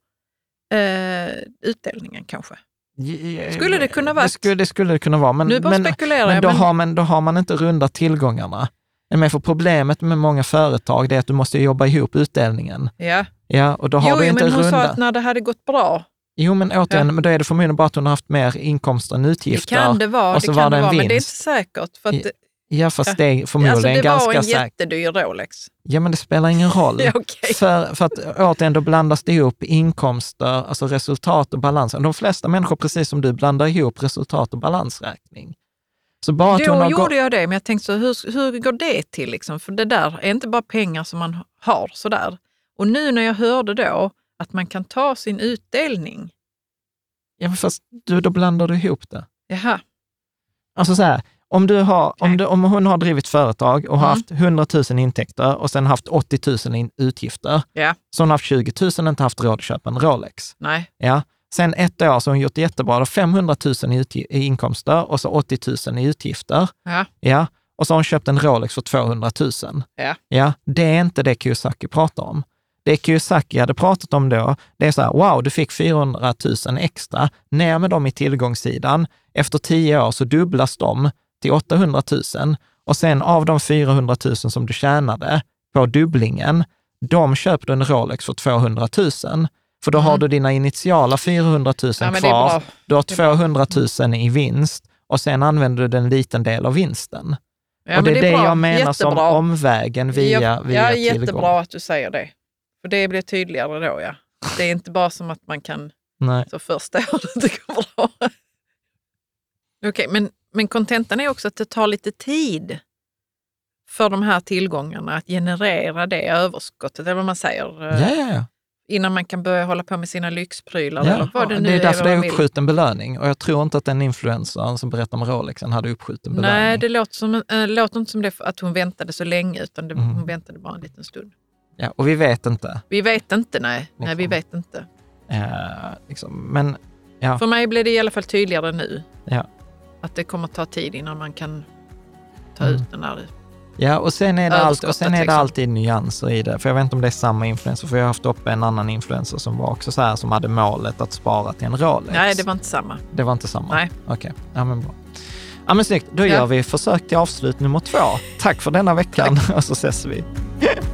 eh, utdelningen kanske. Skulle det kunna vara? Det skulle det skulle kunna vara. Men, nu bara men, spekulerar men, jag, då men... Har man, då har man inte rundat tillgångarna. Men för problemet med många företag det är att du måste jobba ihop utdelningen. Ja. Ja, och då har jo, du inte men hon rundat. sa att när det hade gått bra. Jo, men återigen, ja. men då är det förmodligen bara att hon har haft mer inkomster än utgifter. Det kan det vara, och så det var kan det det vara, vinst. men det är inte säkert. För att ja. Ja, fast ja. det är förmodligen alltså, det ganska säkert. Det var en jättedyr Rolex. Ja, men det spelar ingen roll. ja, okay. för, för att återigen, då blandas det ihop inkomster, alltså resultat och balans. De flesta människor, precis som du, blandar ihop resultat och balansräkning. Så bara att Då hon har gjorde gått... jag det, men jag tänkte så, hur, hur går det till? Liksom? För det där är inte bara pengar som man har sådär. Och nu när jag hörde då att man kan ta sin utdelning. Ja, men fast du, då blandar du ihop det. Jaha. Alltså så här, om, du har, Okay. om, du, om hon har drivit företag och har Mm. haft hundratusen intäkter och sen haft åttio tusen in, utgifter, Ja. så hon har haft tjugo tusen och inte haft råd att köpa en Rolex. Nej. Ja. Sen ett år så har hon gjort det jättebra, då femhundratusen i, utg- i inkomster och så åttio tusen i utgifter. Ja. Ja. Och så har hon köpt en Rolex för tvåhundratusen. Ja. Ja. Det är inte det Kiyosaki pratar om. Det Kiyosaki hade pratat om då, det är så här, wow, du fick fyrahundratusen extra, ner med dem i tillgångssidan. Efter tio år så dubblas de till åttahundratusen och sen av de fyrahundratusen som du tjänade på dubblingen, de köpte en Rolex för tvåhundratusen. För då Mm. har du dina initiala fyrahundratusen Ja, men det är kvar, bra. du har Det är bra. tvåhundratusen i vinst och sen använder du en liten del av vinsten. Ja, och det men är det, bra. jag menar Jättebra. som omvägen via, ja, via ja, tillgång. jättebra att du säger det. För det blir tydligare då, ja. Det är inte bara som att man kan Nej. så första året det går bra. Okej, okay, men, men kontentan är också att det tar lite tid för de här tillgångarna att generera det överskottet, eller vad man säger, Ja, ja, ja. innan man kan börja hålla på med sina lyxprylar. Ja, eller vad det, nu det är därför vad det är man vill. uppskjuten belöning. Och jag tror inte att den influencern som berättar om Rolexen hade uppskjuten belöning. Nej, det låter, som, äh, låter inte som det att hon väntade så länge, utan det, Mm. hon väntade bara en liten stund. Ja, och vi vet inte. Vi vet inte, nej. Liksom. Nej, vi vet inte. Eh, liksom. Men ja. För mig blir det i alla fall tydligare nu. Ja. Att det kommer att ta tid innan man kan ta Mm. ut den där. Ja, och sen är det, alltid, och sen är det liksom. alltid nyanser i det. För jag vet inte om det är samma influencer, för jag har haft uppe en annan influencer som var också så här, som hade målet att spara till en Rolex. Nej, det var inte samma. Det var inte samma? Nej. Okej, okay. Ja men bra. Ja men snyggt, då Ja. gör vi försök till avslut nummer två. Tack för denna veckan och så ses vi.